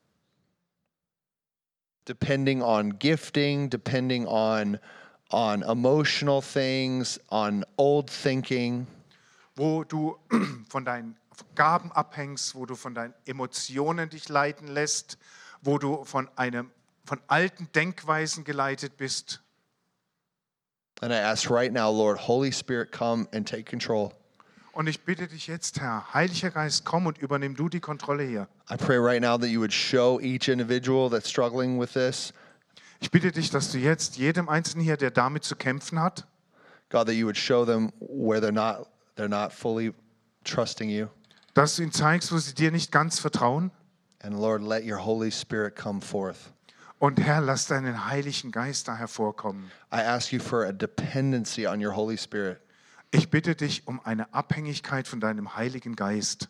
Depending on gifting, depending on, on emotional things, on old thinking. Wo du von deinen Gaben abhängst, wo du von deinen Emotionen dich leiten lässt, wo du von, einem, von alten Denkweisen geleitet bist. And I ask right now, Lord, Holy Spirit, come and take control. Und ich bitte dich jetzt, Herr, Heiliger Geist, komm und übernimm du die Kontrolle hier. I pray right now that you would show each individual that's struggling with this, Ich bitte dich, dass du jetzt jedem Einzelnen hier, der damit zu kämpfen hat, God, that you would show them where they're not, they're not fully trusting you. dass du ihnen zeigst, wo sie dir nicht ganz vertrauen. And Lord, let your Holy Spirit come forth. Und Herr, lass deinen Heiligen Geist da hervorkommen. I ask you for a dependency on your Holy Spirit. Ich bitte dich um eine Abhängigkeit von deinem Heiligen Geist.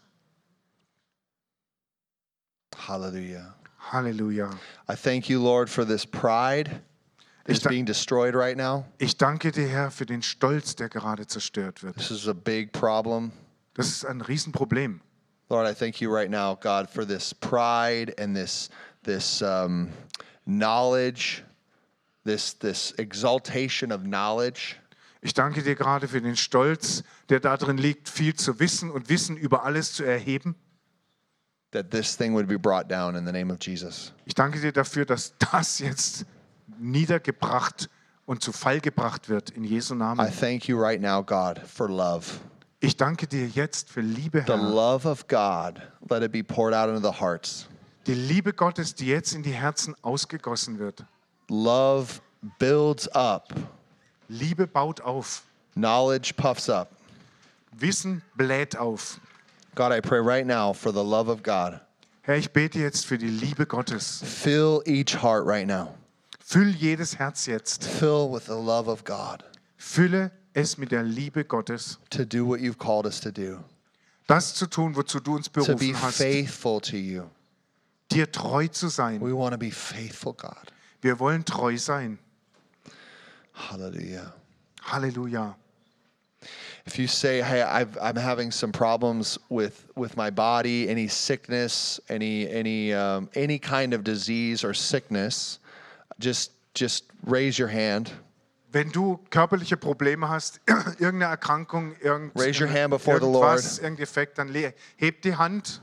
Hallelujah. Halleluja. I thank you, Lord, for this pride Ich is da- being destroyed right now. Ich danke dir, Herr, für den Stolz, der gerade zerstört wird. This is a big problem. Das ist ein Riesenproblem. Lord, I thank you right now, God, for this pride and this this um, knowledge, this this exaltation of knowledge. Ich danke dir gerade für den Stolz, der darin liegt, viel zu wissen und Wissen über alles zu erheben. That this thing would be brought down in the name of Jesus. Ich danke dir dafür, dass das jetzt niedergebracht und zu Fall gebracht wird in Jesu I Namen. thank you right now, God, for love. Ich danke dir jetzt für Liebe, The Herr. love of God, let it be poured out into the hearts. Die Liebe Gottes, die jetzt in die Herzen ausgegossen wird. Love builds up. Liebe baut auf. Knowledge puffs up. Wissen bläht auf. God, I pray right now for the love of God. Herr, ich bete jetzt für die Liebe Gottes. Fill each heart right now. Füll jedes Herz jetzt. Fill with the love of God Fülle es mit der Liebe Gottes. to do what you've called us to do. Das zu tun, wozu du uns To be berufen hast. faithful to you. Dir treu zu sein. We want to be faithful, God. Wir wollen treu sein. Hallelujah. Halleluja. If you say, hey, I've, I'm having some problems with, with my body, any sickness, any any um, any kind of disease or sickness, just just raise your hand. Wenn du körperliche Probleme hast, irgendeine Erkrankung, irgend, Raise your hand before the irgendwas, Lord. irgendein Defekt, dann le- heb die Hand.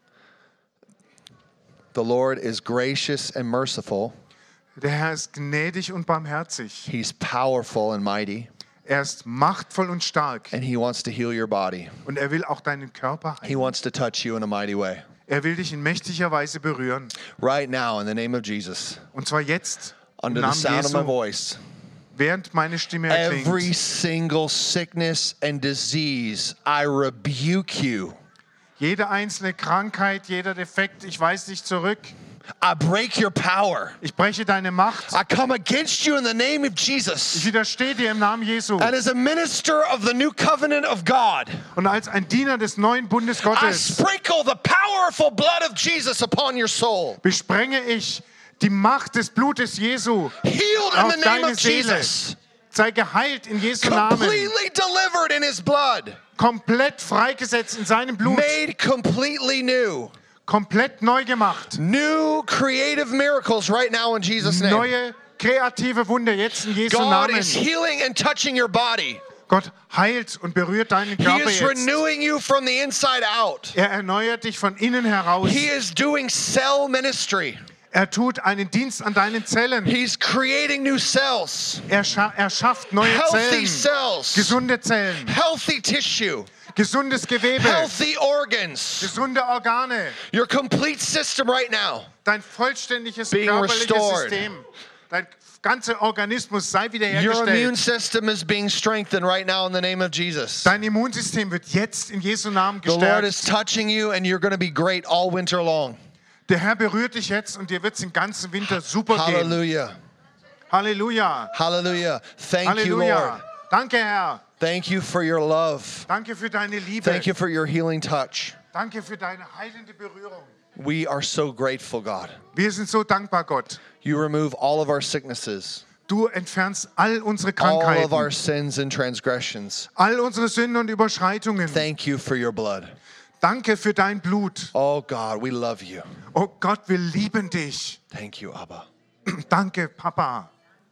The Lord is gracious and merciful. Der Herr ist gnädig und barmherzig. He's powerful and mighty, Er ist machtvoll und stark. and He wants to heal your body. Und er will auch deinen Körper He heilen. wants to touch you in a mighty way. Er will dich in mächtiger Weise berühren. Right now, in the name of Jesus, Und zwar jetzt, im under the Namen sound of my Jesu, voice, während meine Stimme every erklingt. single sickness and disease, I rebuke you. Jede einzelne Krankheit, jeder Defekt, ich weise dich zurück. I break your power. Ich breche deine Macht. I come against you in the name of Ich Jesus. widerstehe dir im Namen Jesu. And as a minister of the new covenant of God, Und als ein Diener des neuen Bundes I Gottes sprinkle the powerful blood of Jesus upon your soul. besprenge ich die Macht des Blutes Jesu Healed in auf the name deine of Seele. Jesus. Sei geheilt in Jesu Namen. Completely delivered in His blood. Komplett freigesetzt in seinem Blut. Made completely new. Komplett neu gemacht. New creative miracles right now in Jesus' name. Neue kreative Wunder jetzt in Jesu God Namen. is healing and touching your body. Gott heilt und berührt deinen He Körper is jetzt. renewing you from the inside out. Er erneuert dich von innen heraus. He is doing cell ministry. Er tut einen Dienst an deinen Zellen. He's creating new cells, Er, scha er schafft neue healthy Zellen. cells, Gesunde Zellen. healthy tissue, Gesundes Gewebe. healthy organs. Gesunde Organe. Your complete system right now. Dein vollständiges Being körperliches restored. System. Dein ganzer Organismus sei Your immune wiederhergestellt. system is being strengthened right now in the name of Jesus. Dein Immunsystem wird jetzt in Jesu Namen The Lord is gestärkt. touching you, and you're going to be great all winter long. Der Herr berührt dich jetzt und dir wird es den ganzen Winter super gehen. Hallelujah. Halleluja. Hallelujah. Thank you, Halleluja. Lord. Danke, Herr. Thank you for your love. Danke für deine Liebe. Thank you for your healing touch. Danke für deine heilende Berührung. We are so grateful, God. Wir sind so dankbar, Gott. You remove all of our sicknesses, Du entfernst all unsere all of our Krankheiten, sins and transgressions. all unsere Sünden und Überschreitungen. Thank you for your blood. Danke für dein Blut. Oh, God, we love you. Oh Gott, wir lieben dich. Thank you, Abba. Danke, Papa.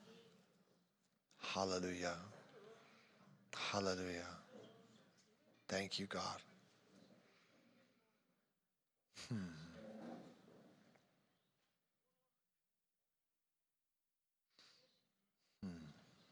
Hallelujah. Hallelujah. Thank you, God. Hmm.